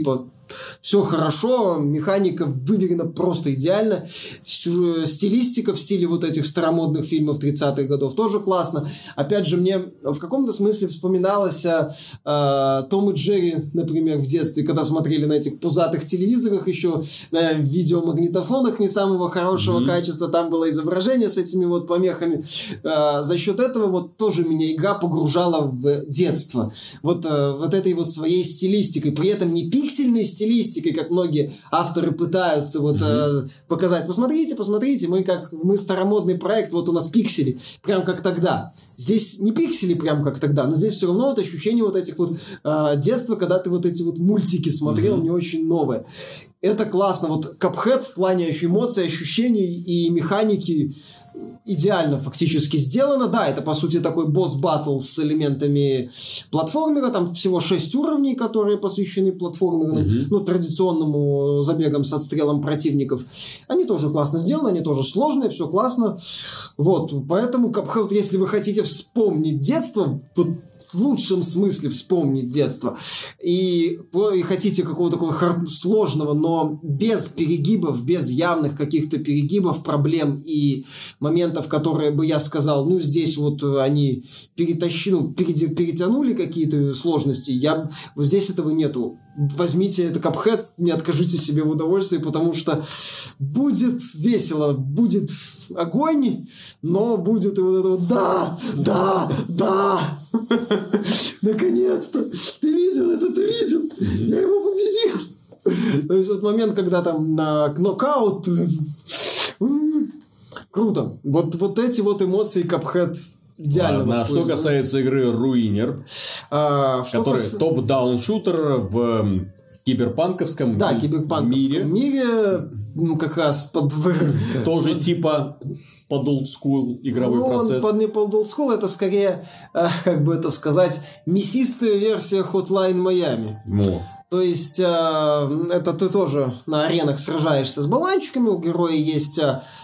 все хорошо, механика выверена просто идеально, стилистика в стиле вот этих старомодных фильмов 30-х годов тоже классно. Опять же, мне в каком-то смысле вспоминалось Том и Джерри, например, в детстве, когда смотрели на этих пузатых телевизорах еще, на видеомагнитофонах не самого хорошего качества, там было изображение с этими вот помехами. За счет этого вот тоже меня игра погружала в детство. Вот этой вот своей стилистикой, при этом не пиксельной стилистикой, как многие авторы пытаются вот показать. Посмотрите, мы старомодный проект, вот у нас пиксели, прям как тогда. Здесь не пиксели прям как тогда, но здесь все равно вот ощущение вот этих вот детства, когда ты вот эти вот мультики смотрел, не очень новое. Это классно. Вот Cuphead в плане эмоций, ощущений и механики идеально фактически сделано. Да, это по сути такой босс-баттл с элементами платформера. Там всего 6 уровней, которые посвящены платформеру, традиционному забегам с отстрелом противников. Они тоже классно сделаны, они тоже сложные, все классно. Вот, поэтому Cuphead, если вы хотите вспомнить детство, вот в лучшем смысле вспомнить детство, и хотите какого-то такого сложного, но без перегибов, без явных каких-то перегибов, проблем и моментов, которые бы я сказал, здесь вот они перетянули какие-то сложности, вот здесь этого нету. Возьмите это Cuphead, не откажите себе в удовольствии, потому что будет весело, будет огонь, но будет и вот это вот да, наконец-то, ты видел это, я его победил. То есть вот момент, когда там на нокаут, круто. Вот эти вот эмоции Cuphead идеально. Что касается игры Ruiner, который топ-даун-шутер в киберпанковском мире, как раз под... Тоже типа под олдскул игровой процесс. Он не под олдскул, это скорее, как бы это сказать, мясистая версия Hotline Miami. То есть, это ты тоже на аренах сражаешься с баланчиками, у героя есть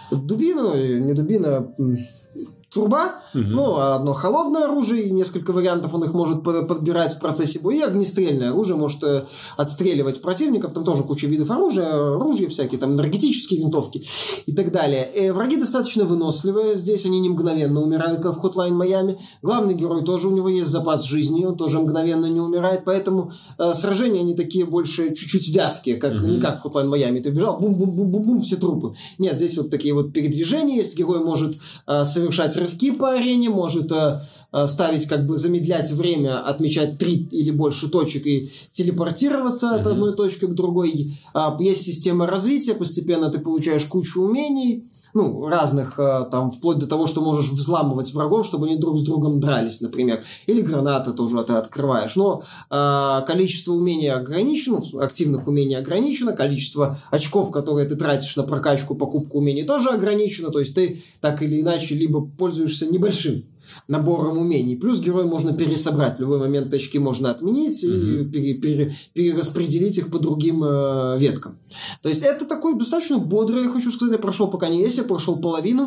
труба, одно холодное оружие, и несколько вариантов он их может подбирать в процессе боя, огнестрельное оружие может отстреливать противников, там тоже куча видов оружия, ружья всякие, там энергетические винтовки и так далее. Враги достаточно выносливые, здесь они не мгновенно умирают, как в Hotline Miami. Главный герой тоже, у него есть запас жизни, он тоже мгновенно не умирает, поэтому сражения они такие больше чуть-чуть вязкие, не как в Hotline Miami. Ты бежал, бум-бум-бум-бум-бум, все трупы. Нет, здесь вот такие вот передвижения есть, герой может совершать рывки по арене, может ставить, замедлять время, отмечать 3 или больше точек и телепортироваться от одной точки к другой. Есть система развития, постепенно ты получаешь кучу умений, разных, вплоть до того, что можешь взламывать врагов, чтобы они друг с другом дрались, например. Или гранаты тоже ты открываешь. Но количество умений ограничено, активных умений ограничено, количество очков, которые ты тратишь на прокачку, покупку умений, тоже ограничено. То есть ты так или иначе либо пользуешься небольшим набором умений. Плюс героя можно пересобрать. В любой момент очки можно отменить и перераспределить их по другим веткам. То есть это такой достаточно бодрый, я хочу сказать, я прошел пока не весь, я прошел половину.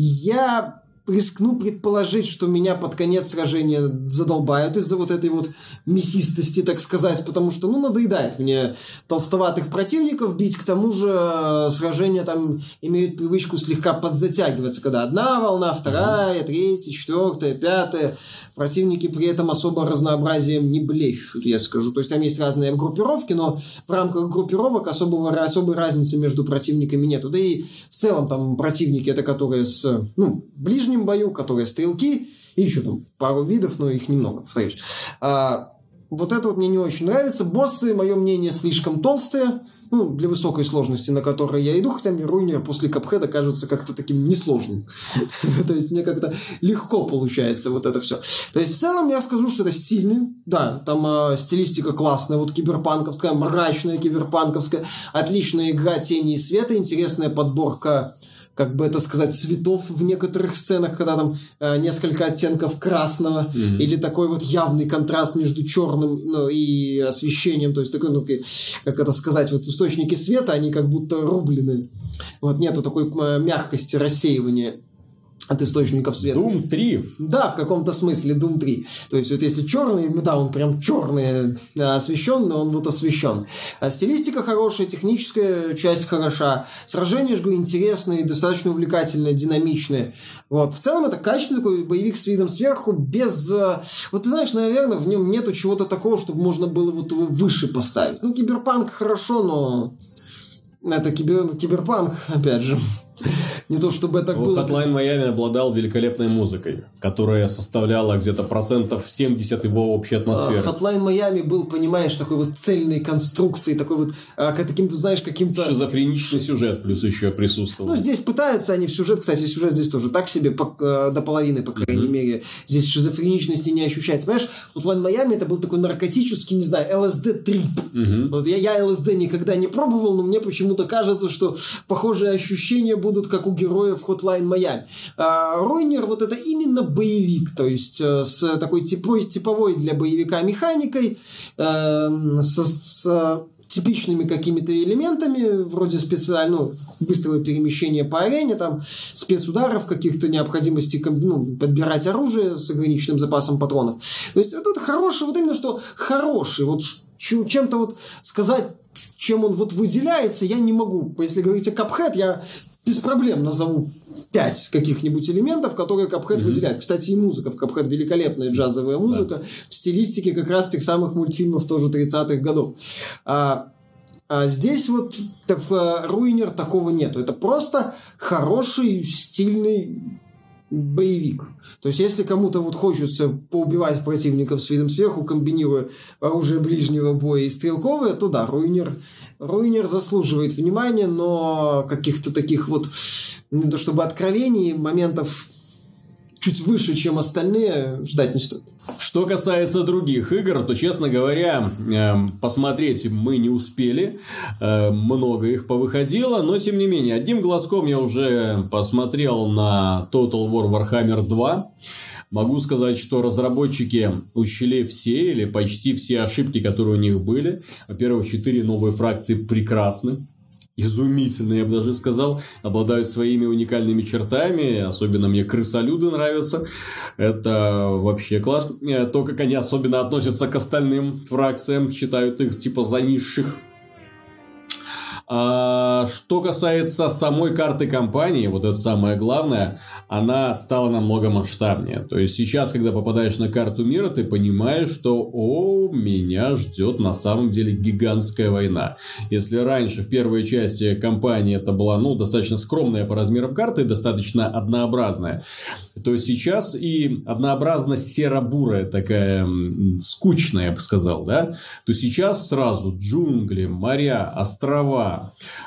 Я рискну предположить, что меня под конец сражения задолбают из-за вот этой вот мясистости, так сказать, потому что, надоедает мне толстоватых противников бить, к тому же сражения там имеют привычку слегка подзатягиваться, когда одна волна, вторая, третья, четвертая, пятая, противники при этом особо разнообразием не блещут, я скажу, то есть там есть разные группировки, но в рамках группировок особой разницы между противниками нету, да и в целом там противники это которые с, ближним бою, которые стрелки, и еще там пару видов, но их немного, повторюсь. Вот это вот мне не очень нравится. Боссы, мое мнение, слишком толстые, для высокой сложности, на которой я иду, хотя мне Руинер после Cuphead кажется как-то таким несложным. То есть мне как-то легко получается вот это все. То есть в целом я скажу, что это стильный, да, там стилистика классная, вот киберпанковская, мрачная киберпанковская, отличная игра тени и света, интересная подборка, как бы это сказать, цветов в некоторых сценах, когда там несколько оттенков красного, или такой вот явный контраст между черным и освещением, то есть такой, как это сказать, вот источники света, они как будто рублены. Вот нету такой мягкости рассеивания. от источников света. Doom 3. Да, в каком-то смысле Doom 3. То есть, вот если черный, да, он прям черный освещенный, он вот освещен. А стилистика хорошая, техническая часть хороша. Сражения, я же говорю, интересные, достаточно увлекательные, динамичные. Вот. В целом, это качественный такой боевик с видом сверху, без... Вот ты знаешь, наверное, в нем нету чего-то такого, чтобы можно было вот его выше поставить. Ну, киберпанк хорошо, но... Это киберпанк, опять же. Не то, чтобы это было... Hotline Miami обладал великолепной музыкой, которая составляла где-то 70% его общей атмосферы. Hotline Miami был, понимаешь, такой вот цельной конструкцией, такой вот таким, ты знаешь, каким-то... Шизофреничный сюжет плюс еще присутствовал. Ну, здесь пытаются они в сюжет, кстати, сюжет здесь тоже так себе, до половины, по крайней мере. Здесь шизофреничности не ощущается. Понимаешь, Hotline Miami это был такой наркотический, не знаю, ЛСД-трип. Вот я ЛСД никогда не пробовал, но мне почему-то кажется, что похожие ощущения будут как у героев Hotline Miami. Руйнер вот это именно боевик, то есть с такой типовой для боевика механикой, с типичными какими-то элементами, вроде быстрого перемещения по арене, там, спецударов, каких-то необходимостей подбирать оружие с ограниченным запасом патронов. То есть это хороший, вот именно что хороший, вот чем-то вот сказать, чем он вот выделяется, я не могу. Если говорить о Cuphead, я без проблем назову 5 каких-нибудь элементов, которые Cuphead выделяет. Кстати, и музыка в Cuphead великолепная джазовая музыка в стилистике как раз тех самых мультфильмов тоже 30-х годов. А здесь вот в Руинер такого нету. Это просто хороший, стильный боевик. То есть, если кому-то вот хочется поубивать противников с видом сверху, комбинируя оружие ближнего боя и стрелковое, то да, Руинер заслуживает внимания, но каких-то таких вот, не то чтобы откровений, моментов чуть выше, чем остальные, ждать не стоит. Что касается других игр, то, честно говоря, посмотреть мы не успели. Много их повыходило, но, тем не менее, одним глазком я уже посмотрел на Total War Warhammer 2. Могу сказать, что разработчики учли все или почти все ошибки, которые у них были. Во-первых, 4 новые фракции прекрасны. Изумительные, я бы даже сказал, обладают своими уникальными чертами, особенно мне крысолюды нравятся, это вообще класс, то, как они особенно относятся к остальным фракциям, считают их типа за низших. А что касается самой карты кампании, вот это самое главное, она стала намного масштабнее. То есть сейчас, когда попадаешь на карту мира, ты понимаешь, что меня ждет на самом деле гигантская война. Если раньше в первой части кампании это была достаточно скромная по размерам карты, достаточно однообразная, то сейчас и однообразность серо-бурая такая скучная, я бы сказал, да? То сейчас сразу джунгли, моря, острова,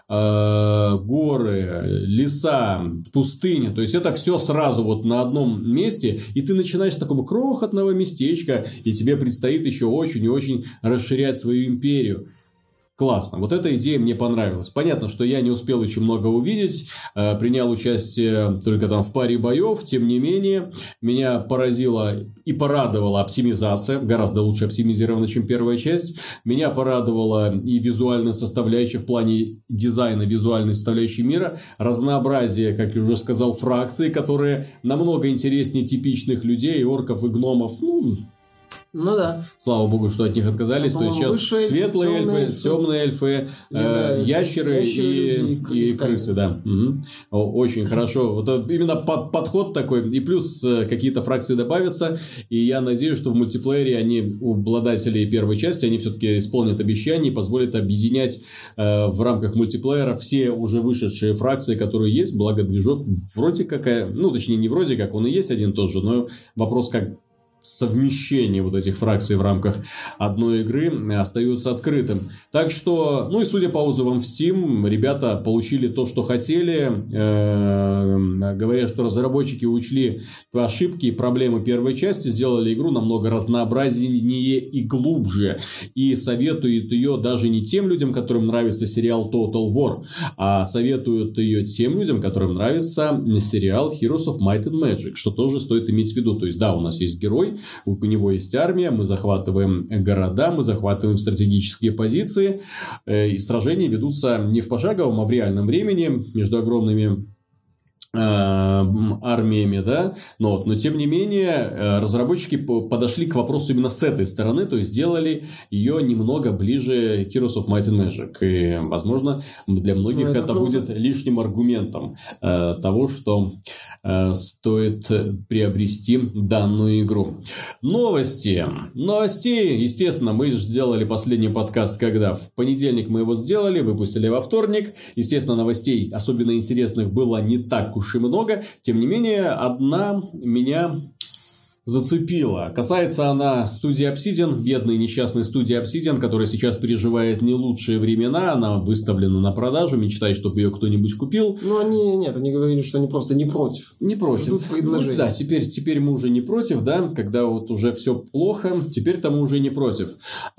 горы, леса, пустыни. То есть это все сразу вот на одном месте. И ты начинаешь с такого крохотного местечка. И тебе предстоит еще очень и очень расширять свою империю. Классно. Вот эта идея мне понравилась. Понятно, что я не успел очень много увидеть. Принял участие только там в паре боев. Тем не менее, меня поразила и порадовала оптимизация. Гораздо лучше оптимизирована, чем первая часть. Меня порадовала и визуальная составляющая в плане дизайна, визуальной составляющей мира. Разнообразие, как я уже сказал, фракций, которые намного интереснее типичных людей, орков и гномов. Ну да. Слава богу, что от них отказались. То есть сейчас светлые эльфы, темные эльфы, ящеры и крысы, да. Очень хорошо. Вот именно подход такой. И плюс какие-то фракции добавятся. И я надеюсь, что в мультиплеере у обладателей первой части они все-таки исполнят обещание и позволят объединять в рамках мультиплеера все уже вышедшие фракции, которые есть. Благо движок вроде как, точнее не вроде как, он и есть один и тот же, но вопрос как совмещение вот этих фракций в рамках одной игры остается открытым. Так что, и судя по отзывам в Steam, ребята получили то, что хотели. Говорят, что разработчики учли ошибки и проблемы первой части, сделали игру намного разнообразнее и глубже. И советуют ее даже не тем людям, которым нравится сериал Total War, а советуют ее тем людям, которым нравится сериал Heroes of Might and Magic, что тоже стоит иметь в виду. То есть, да, у нас есть герой, у него есть армия, мы захватываем города, мы захватываем стратегические позиции, и сражения ведутся не в пошаговом, а в реальном времени между огромными армиями, да, но тем не менее разработчики подошли к вопросу именно с этой стороны, то есть сделали ее немного ближе Heroes of Might and Magic, и, возможно, для многих это будет лишним аргументом того, что стоит приобрести данную игру. Новостей, естественно, мы сделали последний подкаст, когда в понедельник мы его сделали, выпустили во вторник, естественно, новостей особенно интересных было не так уж и много. Тем не менее, одна меня зацепила. Касается она студии Obsidian, бедной несчастной студии Obsidian, которая сейчас переживает не лучшие времена. Она выставлена на продажу, мечтает, чтобы ее кто-нибудь купил. Ну, они говорили, что они просто не против. Не против. Ждут предложения. Да, теперь мы уже не против, да, когда вот уже все плохо, теперь-то мы уже не против.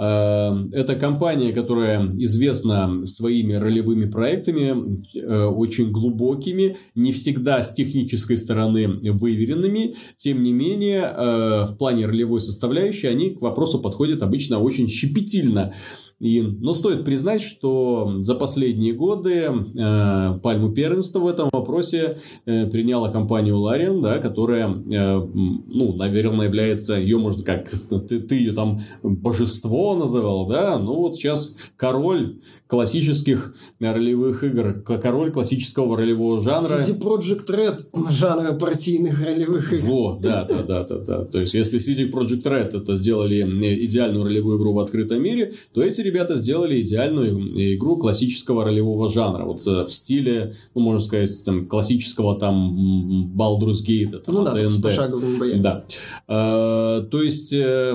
Это компания, которая известна своими ролевыми проектами, очень глубокими, не всегда с технической стороны выверенными, тем не менее, в плане ролевой составляющей они к вопросу подходят обычно очень щепетильно. Но стоит признать, что за последние годы пальму первенства в этом вопросе приняла компания Larian, да, которая, наверное, является, ее можно как, ты ее там божество называл, да, вот сейчас король классических ролевых игр, король классического ролевого жанра. CD Projekt Red жанра партийных ролевых игр. Да. То есть, если CD Projekt Red это сделали идеальную ролевую игру в открытом мире, то эти ребята сделали идеальную игру классического ролевого жанра. Вот в стиле, можно сказать, там, классического там Baldur's Gate, там, с пошаговыми боями. Да. То есть,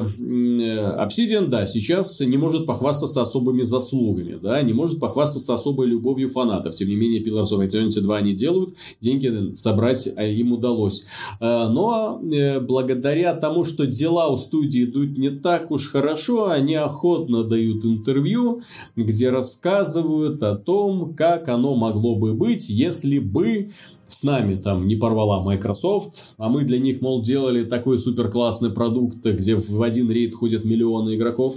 Obsidian, да, сейчас не может похвастаться особыми заслугами, да, не может похвастаться особой любовью фанатов. Тем не менее, Pillars of Eternity 2 они делают, деньги собрать им удалось. Но благодаря тому, что дела у студии идут не так уж хорошо, они охотно дают интервью, где рассказывают о том, как оно могло бы быть, если бы с нами там не порвала Microsoft, а мы для них, мол, делали такой супер классный продукт, где в один рейд ходят миллионы игроков.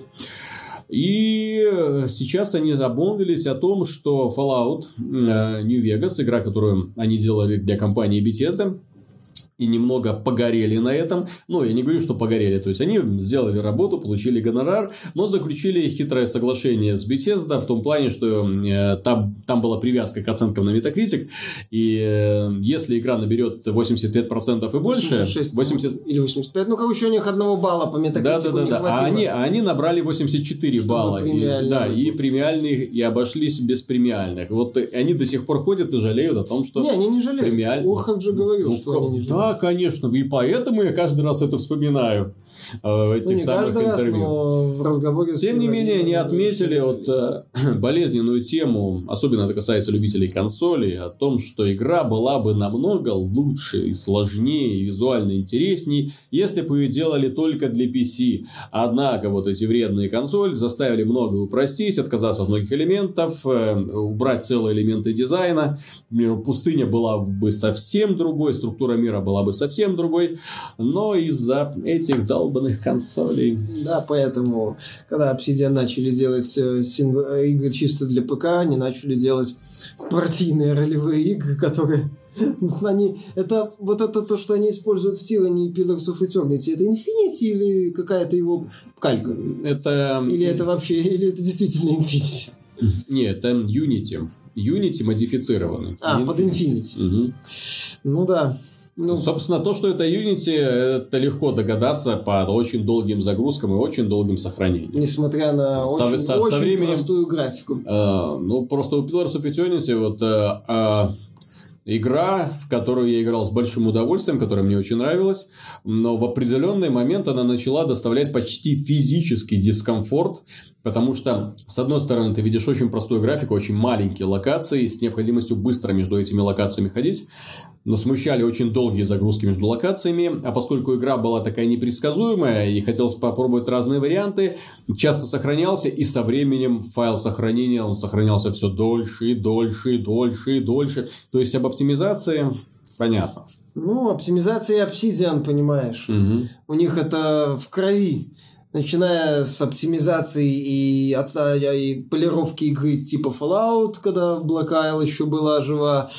И сейчас они обмолвились о том, что Fallout New Vegas, игра, которую они делали для компании Bethesda, и немного погорели на этом. Я не говорю, что погорели. То есть, они сделали работу, получили гонорар, но заключили хитрое соглашение с Bethesda в том плане, что там была привязка к оценкам на Metacritic. И если игра наберет 85% и больше... 80 или 85. Короче, у них 1 балла по Metacritic не хватило. А они набрали 84 балла. И премиальные, и обошлись без премиальных. Вот они до сих пор ходят и жалеют о том, что... Не, они не жалеют. Охак же говорил, что они не жалеют. Да, конечно. И поэтому я каждый раз это вспоминаю в этих самых интервью. Но в разговоре Тем не менее, они отметили болезненную тему, особенно это касается любителей консолей, о том, что игра была бы намного лучше и сложнее, и визуально интересней, если бы ее делали только для PC. Однако, вот эти вредные консоли заставили многое упростить, отказаться от многих элементов, убрать целые элементы дизайна. Пустыня была бы совсем другой, структура мира была бы совсем другой, но из-за этих долбанных консолей. Да, поэтому, когда Obsidian начали делать игры чисто для ПК, они начали делать партийные ролевые игры, которые... Это то, что они используют в Tyranny и Pillars of Eternity, это Infinity или какая-то его калька? Или это действительно Infinity? Нет, это Unity. Unity модифицированный. Под Infinity. Угу. Ну да. Собственно, то, что это Unity, это легко догадаться по очень долгим загрузкам и очень долгим сохранениям. Несмотря на очень простую графику. Просто у Pillars of Eternity игра, в которую я играл с большим удовольствием, которая мне очень нравилась, но в определенный момент она начала доставлять почти физический дискомфорт, потому что, с одной стороны, ты видишь очень простую графику, очень маленькие локации, с необходимостью быстро между этими локациями ходить, но смущали очень долгие загрузки между локациями, а поскольку игра была такая непредсказуемая и хотелось попробовать разные варианты, часто сохранялся, и со временем файл сохранения, он сохранялся все дольше и дольше и дольше и дольше. То есть, об оптимизации понятно. Оптимизация Obsidian, понимаешь. Угу. У них это в крови. Начиная с оптимизации и полировки игры типа Fallout, когда Black Isle еще была жива,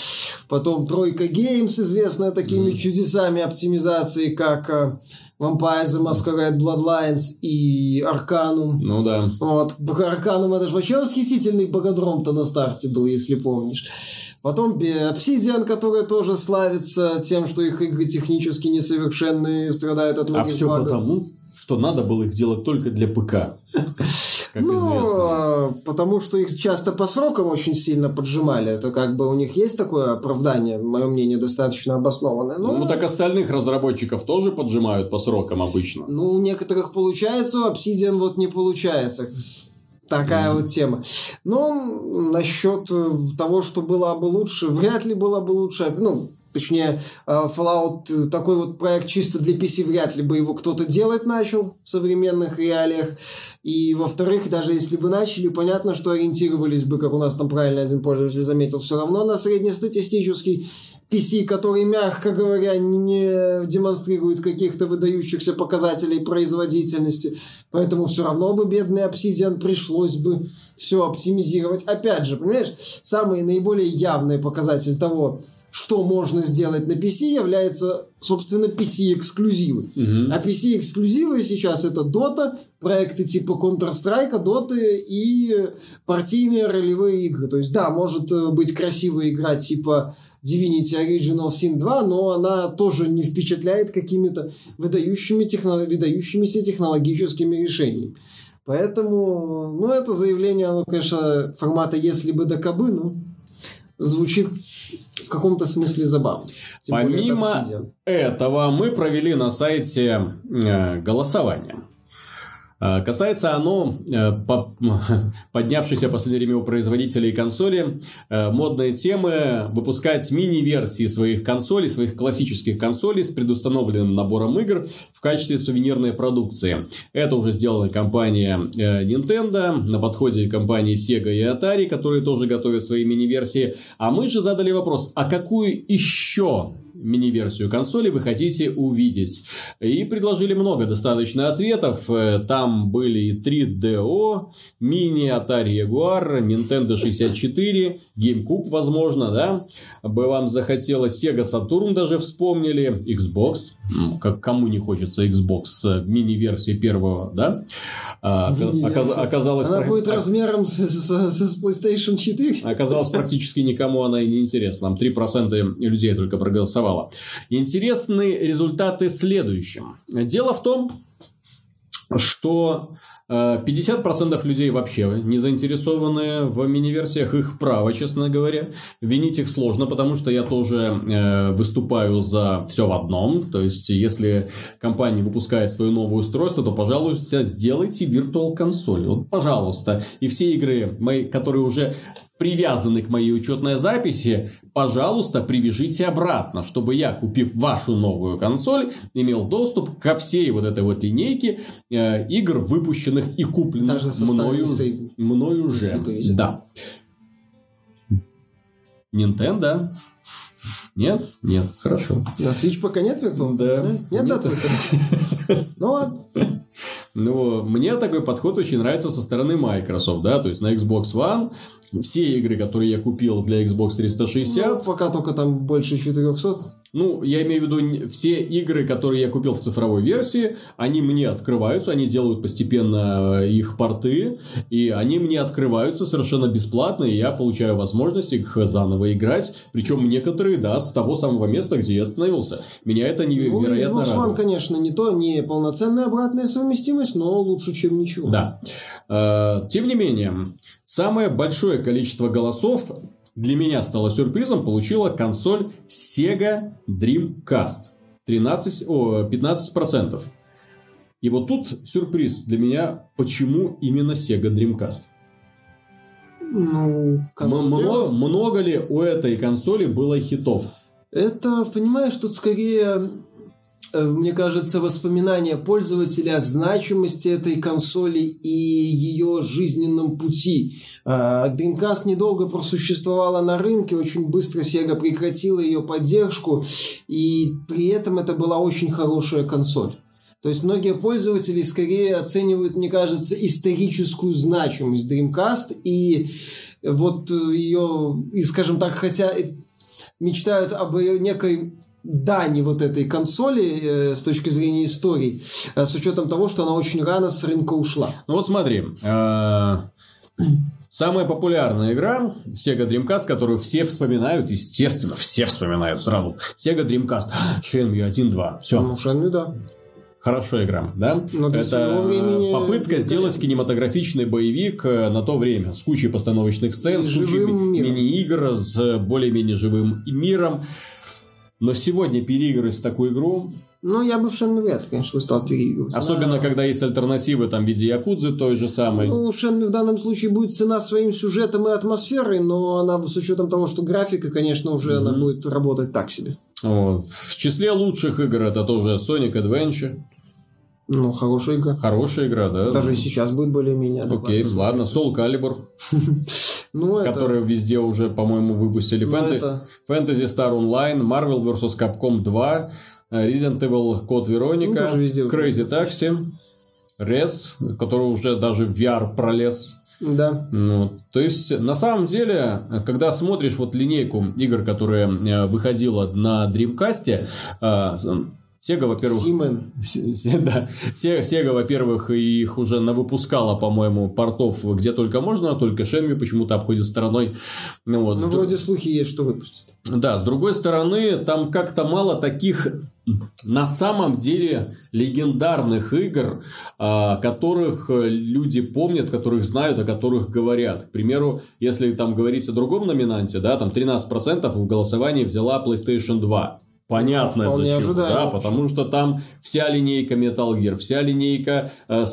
Потом Тройка Games, известная такими чудесами оптимизации, как Vampire the Masquerade Bloodlines и Arcanum. Ну да. Вот. Arcanum это же вообще восхитительный богодром-то на старте был, если помнишь. Потом Obsidian, которая тоже славится тем, что их игры технически несовершенны и страдают от многих все багов. потому, что надо было их делать только для ПК. Как известно. Потому что их часто по срокам очень сильно поджимали. Это как бы у них есть такое оправдание, мое мнение, достаточно обоснованное. Ну, так остальных разработчиков тоже поджимают по срокам обычно. Ну, у некоторых получается, у Obsidian вот не получается. Такая вот тема. Но насчет того, что было бы лучше, вряд ли было бы лучше. Ну, точнее, Fallout, такой вот проект чисто для PC, вряд ли бы его кто-то делать начал в современных реалиях. И, во-вторых, даже если бы начали, понятно, что ориентировались бы, как у нас там правильно один пользователь заметил, все равно на среднестатистический PC, который, мягко говоря, не демонстрирует каких-то выдающихся показателей производительности. Поэтому все равно бы бедный Obsidian пришлось бы все оптимизировать. Опять же, понимаешь, самый наиболее явный показатель того, что можно сделать на PC, является, собственно, PC-эксклюзивы. А PC-эксклюзивы сейчас это Dota, проекты типа Counter-Strike, Dota и партийные ролевые игры. То есть, да, может быть красивая игра типа Divinity Original Sin 2, но она тоже не впечатляет какими-то выдающимися технологическими решениями. Поэтому, ну, это заявление, оно, конечно, формата «если бы да кабы», ну, звучит в каком-то смысле забавно. Помимо этого, мы провели на сайте голосование. Касается оно поднявшейся в последнее время у производителей консоли модной темы выпускать мини-версии своих консолей, своих классических консолей с предустановленным набором игр в качестве сувенирной продукции. Это уже сделала компания Nintendo, на подходе компании Sega и Atari, которые тоже готовят свои мини-версии. А мы же задали вопрос, а какую еще мини-версию консоли вы хотите увидеть? И предложили много достаточно ответов. Там были и 3DO, мини, Atari Jaguar, Nintendo 64, GameCube, возможно, да? Бы вам захотелось, Sega Saturn даже вспомнили, Xbox. Как кому не хочется Xbox мини-версии первого, да? Оказалось, она будет размером с PlayStation 4. Оказалось, практически никому она и не интересна. Там 3% людей только проголосовало. Интересные результаты следующим. Дело в том, что 50% людей вообще не заинтересованы в мини-версиях, их право, честно говоря. Винить их сложно, потому что я тоже выступаю за все в одном. То есть, если компания выпускает свое новое устройство, то, пожалуйста, сделайте Virtual консоль. Вот, пожалуйста. И все игры, которые уже привязаны к моей учетной записи, пожалуйста, привяжите обратно, чтобы я, купив вашу новую консоль, имел доступ ко всей вот этой вот линейке игр, выпущенных и купленных мною же. Да. Nintendo. Нет? Нет. Хорошо. На Switch пока нет Virtual? Да. Нет. Ну ладно. Ну, мне такой подход очень нравится со стороны Microsoft, да, то есть на Xbox One все игры, которые я купил для Xbox 360... Ну, пока только там больше 400. Ну, я имею в виду все игры, которые я купил в цифровой версии, они мне открываются, они делают постепенно их порты, и они мне открываются совершенно бесплатно, и я получаю возможность их заново играть, причем некоторые, да, с того самого места, где я остановился. Меня это невероятно радует. Xbox One, конечно, не полноценная обратная совместимость, но лучше, чем ничего. Да. Тем не менее, самое большое количество голосов для меня стало сюрпризом, получила консоль Sega Dreamcast. 15%. И вот тут сюрприз для меня, почему именно Sega Dreamcast. Ну, много ли у этой консоли было хитов? Это, понимаешь, тут скорее, мне кажется, воспоминания пользователя о значимости этой консоли и ее жизненном пути. Dreamcast недолго просуществовала на рынке, очень быстро Sega прекратила ее поддержку, и при этом это была очень хорошая консоль. То есть многие пользователи скорее оценивают, мне кажется, историческую значимость Dreamcast и вот ее, и, скажем так, хотя мечтают об некой дани вот этой консоли с точки зрения истории, с учетом того, что она очень рано с рынка ушла. Ну вот смотри, самая популярная игра Sega Dreamcast, которую все вспоминают, естественно, все вспоминают сразу. Sega Dreamcast, Shenmue 1-2, все. Ну, Shenmue, да. Хорошая игра, да? Это попытка сделать кинематографичный боевик на то время. С кучей постановочных сцен, с кучей мини-игр, с более-менее живым миром. Но сегодня переигрывать в такую игру... Ну, я бы в Shenmue вряд ли, конечно, стал переигрывать. Особенно, когда есть альтернативы там, в виде Якудзы той же самой. Ну, Shenmue в данном случае будет цена своим сюжетом и атмосферой, но она с учетом того, что графика, конечно, уже она будет работать так себе. Вот. В числе лучших игр это тоже Sonic Adventure. Ну, хорошая игра. Хорошая игра, да. Даже и сейчас будет более-менее. Окей, ладно. Soul Calibur. Которые везде уже, по-моему, выпустили. Fantasy Star Online, Marvel vs. Capcom 2, Resident Evil Code Veronica, Crazy Taxi, Res, который уже даже в VR пролез. Да. То есть, на самом деле, когда смотришь вот линейку игр, которая выходила на Dreamcast, Sega, во-первых... Да. Sega, во-первых, их уже навыпускала, по-моему, портов где только можно, только Shenmue почему-то обходит стороной. Вот. Ну, вроде слухи есть, что выпустят. Да, с другой стороны, там как-то мало таких на самом деле легендарных игр, которых люди помнят, которых знают, о которых говорят. К примеру, если там говорить о другом номинанте, да, там 13% в голосовании взяла PlayStation 2. Понятно, зачем. Да, потому что там вся линейка Metal Gear, вся линейка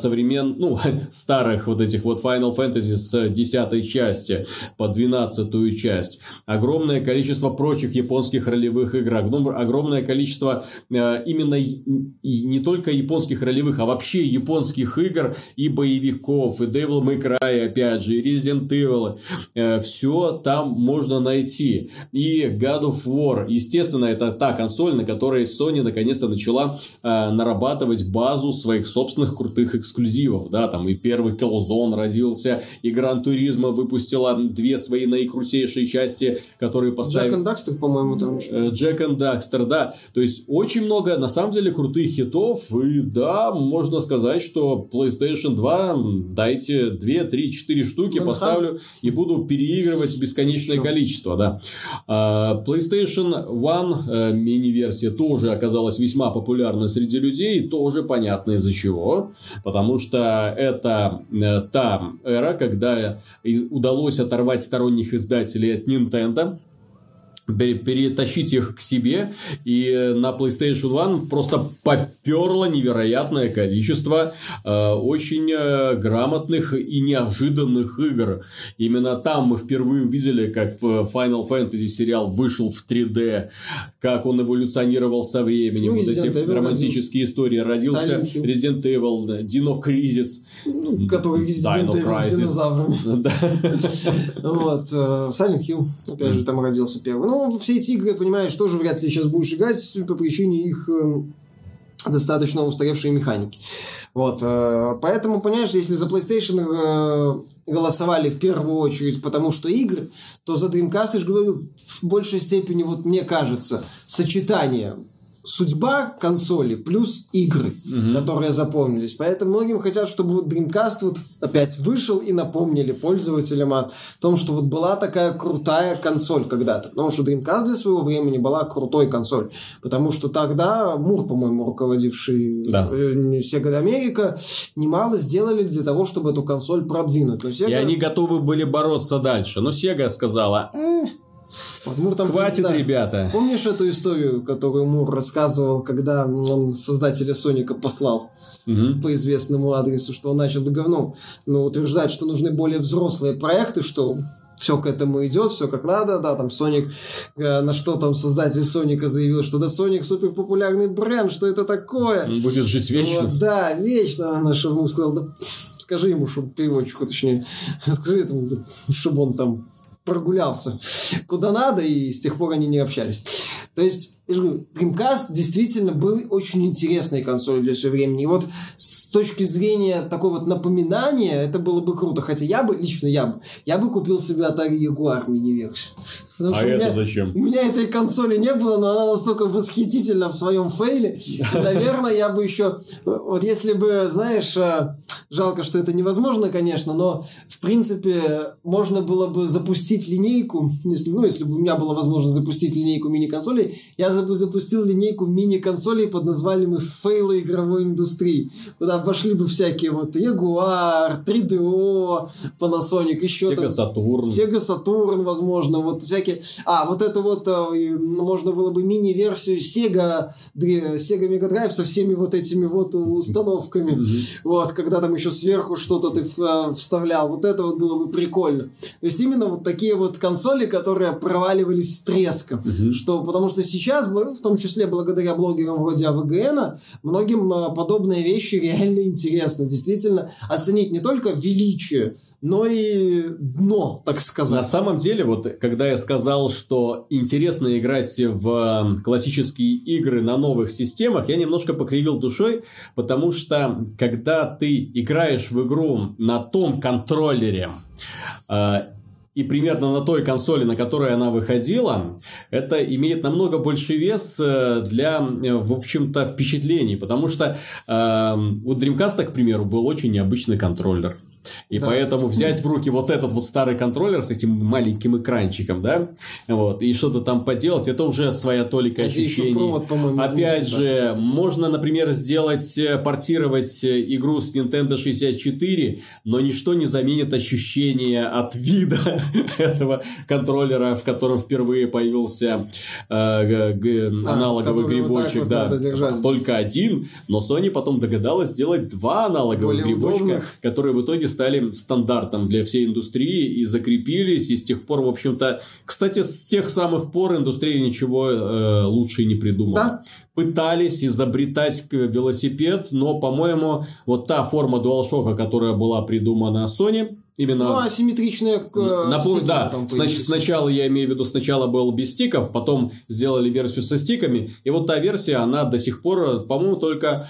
старых вот этих вот Final Fantasy с 10 части по 12 часть. Огромное количество прочих японских ролевых игр. Огромное количество именно и не только японских ролевых, а вообще японских игр и боевиков, и Devil May Cry, опять же, и Resident Evil. Все там можно найти. И God of War. Естественно, это так консоль, на которой Sony наконец-то начала нарабатывать базу своих собственных крутых эксклюзивов. Да, там и первый Killzone родился, и Gran Turismo выпустила 2 свои наикрутейшие части, которые поставили... Jack and Daxter, по-моему, там еще. Jack and Daxter, да. То есть, очень много, на самом деле, крутых хитов. И да, можно сказать, что PlayStation 2 дайте 2, 3, 4 штуки, поставлю и буду переигрывать бесконечное количество. Да. PlayStation 1 мини-версия тоже оказалась весьма популярна среди людей, тоже понятно из-за чего, потому что это та эра, когда удалось оторвать сторонних издателей от Nintendo, перетащить их к себе, и на PlayStation 1 просто поперло невероятное количество очень грамотных и неожиданных игр. Именно там мы впервые увидели, как Final Fantasy сериал вышел в 3D, как он эволюционировал со временем, вот эти романтические истории. Родился Resident Evil, Dino Crisis, который Resident Evil с динозаврами. Silent Hill, опять же, там родился первый. Ну, все эти игры, понимаешь, тоже вряд ли сейчас будешь играть по причине их достаточно устаревшей механики. Вот. Поэтому, понимаешь, если за PlayStation голосовали в первую очередь потому что игры, то за Dreamcast, я же говорю, в большей степени, вот мне кажется, сочетание судьба консоли плюс игры, которые запомнились. Поэтому многим хотят, чтобы вот Dreamcast вот опять вышел и напомнили пользователям о том, что вот была такая крутая консоль когда-то. Потому что Dreamcast для своего времени была крутой консоль. Потому что тогда Мур, по-моему, руководивший Sega America, немало сделали для того, чтобы эту консоль продвинуть. Но Sega... И они готовы были бороться дальше. Но Sega сказала... Вот, Мур там, хватит, ребята. Помнишь эту историю, которую Мур рассказывал, когда он создателя Соника послал по известному адресу, что он начал утверждать, что нужны более взрослые проекты, что все к этому идет, все как надо, да, там Соник, на что там создатель Соника заявил, что да, Соник супер популярный бренд, что это такое? Он будет жить вечно. Вот, да, вечно. Она Мур сказал, да, скажи ему, чтобы переводчику, точнее, скажи этому, чтобы он там прогулялся куда надо, и с тех пор они не общались. То есть, я же говорю, Dreamcast действительно был очень интересной консолью для своего времени. И вот с точки зрения такого вот напоминания, это было бы круто. Хотя я бы купил себе Atari Jaguar мини-версию. Зачем? У меня этой консоли не было, но она настолько восхитительна в своем фейле. И, наверное, я бы еще... Вот если бы, знаешь, жалко, что это невозможно, конечно, но, в принципе, можно было бы запустить линейку, если бы у меня была возможность запустить линейку мини-консолей, я бы запустил линейку мини-консолей под названием «Фейлы игровой индустрии», куда вошли бы всякие вот Jaguar, 3DO, Panasonic, еще Sega Saturn. Sega Saturn, возможно, вот всякие... вот это вот можно было бы мини-версию Sega Mega Drive со всеми вот этими вот установками. Вот, когда там еще сверху что-то ты вставлял. Вот это вот было бы прикольно. То есть именно вот такие вот консоли, которые проваливались с треском. Потому что сейчас, в том числе благодаря блогерам вроде АВГН, многим подобные вещи реально интересно. Действительно, оценить не только величие, но и дно, так сказать. На самом деле, вот когда я сказал, что интересно играть в классические игры на новых системах, я немножко покривил душой, потому что когда ты играешь в игру на том контроллере и примерно на той консоли, на которой она выходила, это имеет намного больше вес для, в общем-то, впечатлений, потому что у Dreamcast, к примеру, был очень необычный контроллер. И поэтому взять в руки вот этот вот старый контроллер с этим маленьким экранчиком, да, вот, и что-то там поделать, это уже своя толика ощущений. Провод, опять же, можно, например, портировать игру с Nintendo 64, но ничто не заменит ощущение от вида этого контроллера, в котором впервые появился аналоговый грибочек. Вот да, только один, но Sony потом догадалась сделать два аналоговых грибочка, которые в итоге стали стандартом для всей индустрии и закрепились, и с тех пор, в общем-то, кстати, с тех самых пор индустрия ничего лучше не придумала. Да? Пытались изобретать велосипед, но, по-моему, вот та форма DualShock, которая была придумана Sony, именно... асимметричная... Да, сначала, я имею в виду, сначала был без стиков, потом сделали версию со стиками, и вот та версия, она до сих пор, по-моему, только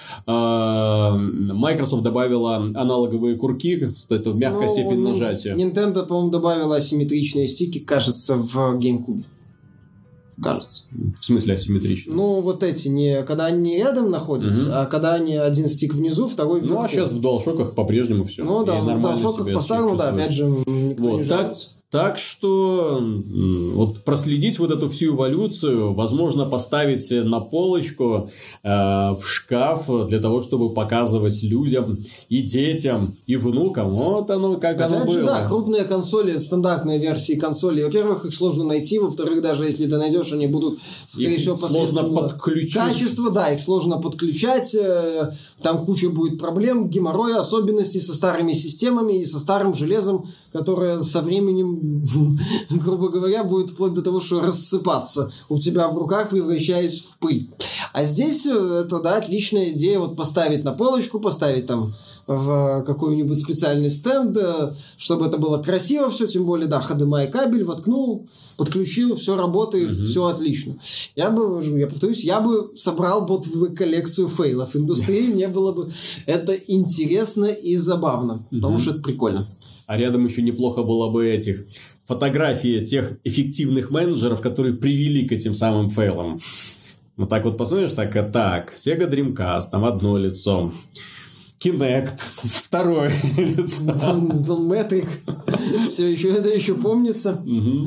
Microsoft добавила аналоговые курки, это мягкая степень нажатия. Nintendo, по-моему, добавила асимметричные стики, кажется, в GameCube. Кажется. В смысле асимметрично? Ну, вот эти, когда они рядом находятся, а когда они один стик внизу, второй вверху. Ну, а сейчас в DualShock'ах по-прежнему все. Ну, да, в DualShock'ах по-старому, да, опять же, никто не жалуется. Так что вот проследить вот эту всю эволюцию, возможно, поставить на полочку в шкаф для того, чтобы показывать людям и детям, и внукам. Вот оно, как опять оно было. Да, крупные консоли, стандартные версии консолей. Во-первых, их сложно найти. Во-вторых, даже если ты найдешь, они будут, скорее всего, сложно подключить. Качество, да, их сложно подключать. Там куча будет проблем, геморроя, особенностей со старыми системами и со старым железом, которое со временем, грубо говоря, будет вплоть до того, что рассыпаться у тебя в руках, превращаясь в пыль. А здесь это, да, отличная идея вот поставить на полочку, поставить там в какой-нибудь специальный стенд, чтобы это было красиво все, тем более, да, HDMI кабель воткнул, подключил, все работает, все отлично. Я повторюсь, я бы собрал вот в коллекцию фейлов индустрии, мне было бы это интересно и забавно, потому что это прикольно. А рядом еще неплохо было бы этих фотографии тех эффективных менеджеров, которые привели к этим самым фейлам. Вот так вот посмотришь, так, Sega Dreamcast, там одно лицо. Kinect, второе лицо. Metric. Все еще, это еще помнится.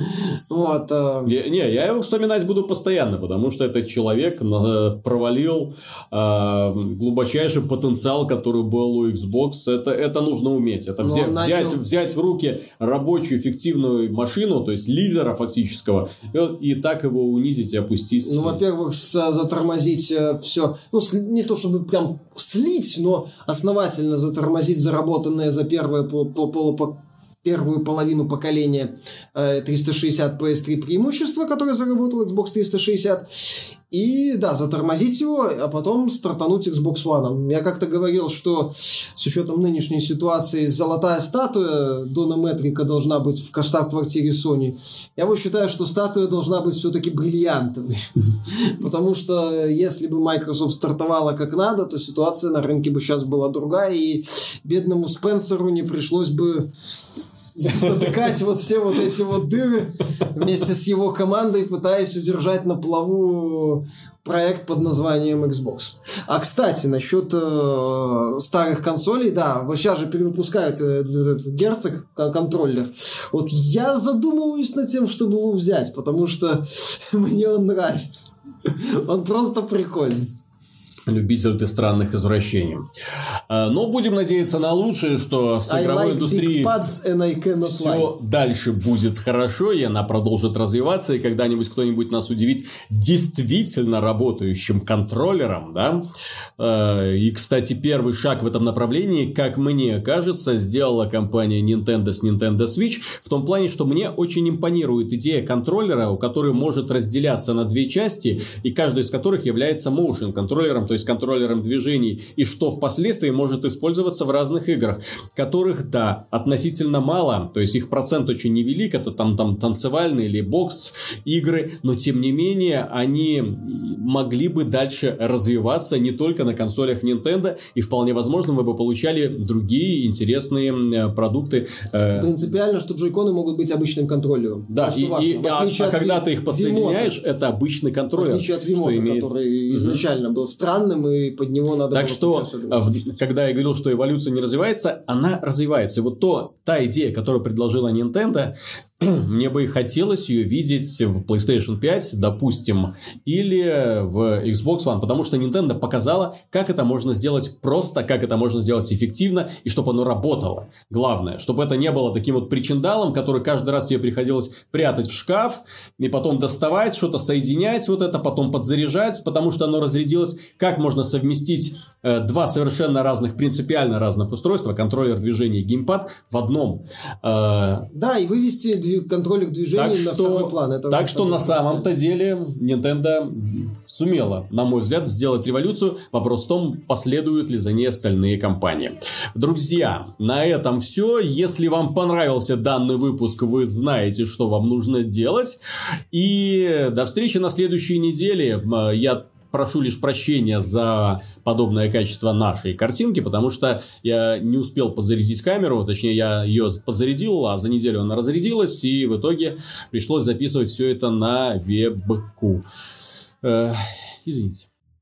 Вот. Я его вспоминать буду постоянно, потому что этот человек провалил глубочайший потенциал, который был у Xbox. Это нужно уметь. Это взять в руки рабочую эффективную машину, то есть лидера фактического, и так его унизить и опустить. Ну, во-первых, затормозить все. Ну, не то чтобы прям слить, но основательно затормозить заработанное за первую половину поколения 360 PS3 преимущества, которое заработал Xbox 360. и, да, затормозить его, а потом стартануть Xbox One. Я как-то говорил, что с учетом нынешней ситуации золотая статуя Дона Мэтрика должна быть в штаб-квартире Sony. Я вот считаю, что статуя должна быть все-таки бриллиантовой. Потому что если бы Microsoft стартовала как надо, то ситуация на рынке бы сейчас была другая, и бедному Спенсеру не пришлось бы затыкать вот все вот эти вот дыры вместе с его командой, пытаясь удержать на плаву проект под названием Xbox. А, кстати, насчет старых консолей, да, вот сейчас же перевыпускают этот Герцог контроллер. Вот я задумываюсь над тем, чтобы его взять, потому что мне он нравится. Он просто прикольный. Любитель ты странных извращений. Но будем надеяться на лучшее, что с игровой индустрией все дальше будет хорошо, и она продолжит развиваться, и когда-нибудь кто-нибудь нас удивит действительно работающим контроллером, да? И, кстати, первый шаг в этом направлении, как мне кажется, сделала компания Nintendo с Nintendo Switch, в том плане, что мне очень импонирует идея контроллера, который может разделяться на две части, и каждая из которых является motion контроллером, то есть контроллером движений, и что впоследствии может использоваться в разных играх, которых, да, относительно мало, то есть их процент очень невелик, это там танцевальные или бокс игры, но тем не менее они могли бы дальше развиваться не только на консолях Nintendo, и вполне возможно мы бы получали другие интересные продукты. Принципиально, что джойконы могут быть обычным контроллером. Да, а когда ты их подсоединяешь, это обычный контроллер. В отличие от Вимота, который изначально был странным, и под него надо... Так что, когда я говорил, что эволюция не развивается, она развивается. И вот та идея, которую предложила Nintendo, мне бы хотелось ее видеть в PlayStation 5, допустим, или в Xbox One, потому что Nintendo показала, как это можно сделать просто, как это можно сделать эффективно, и чтобы оно работало. Главное, чтобы это не было таким вот причиндалом, который каждый раз тебе приходилось прятать в шкаф, и потом доставать, что-то соединять, вот это, потом подзаряжать, потому что оно разрядилось. Как можно совместить два совершенно разных, принципиально разных устройства, контроллер движения и геймпад, в одном? Да, и вывести контроллер движения на второй план. Это так что на самом-то деле Nintendo сумела, на мой взгляд, сделать революцию. Вопрос в том, последуют ли за ней остальные компании. Друзья, на этом все. Если вам понравился данный выпуск, вы знаете, что вам нужно делать. И до встречи на следующей неделе. Я прошу лишь прощения за подобное качество нашей картинки, потому что я не успел подзарядить камеру, точнее, я ее подзарядил, а за неделю она разрядилась, и в итоге пришлось записывать все это на вебку. Извините.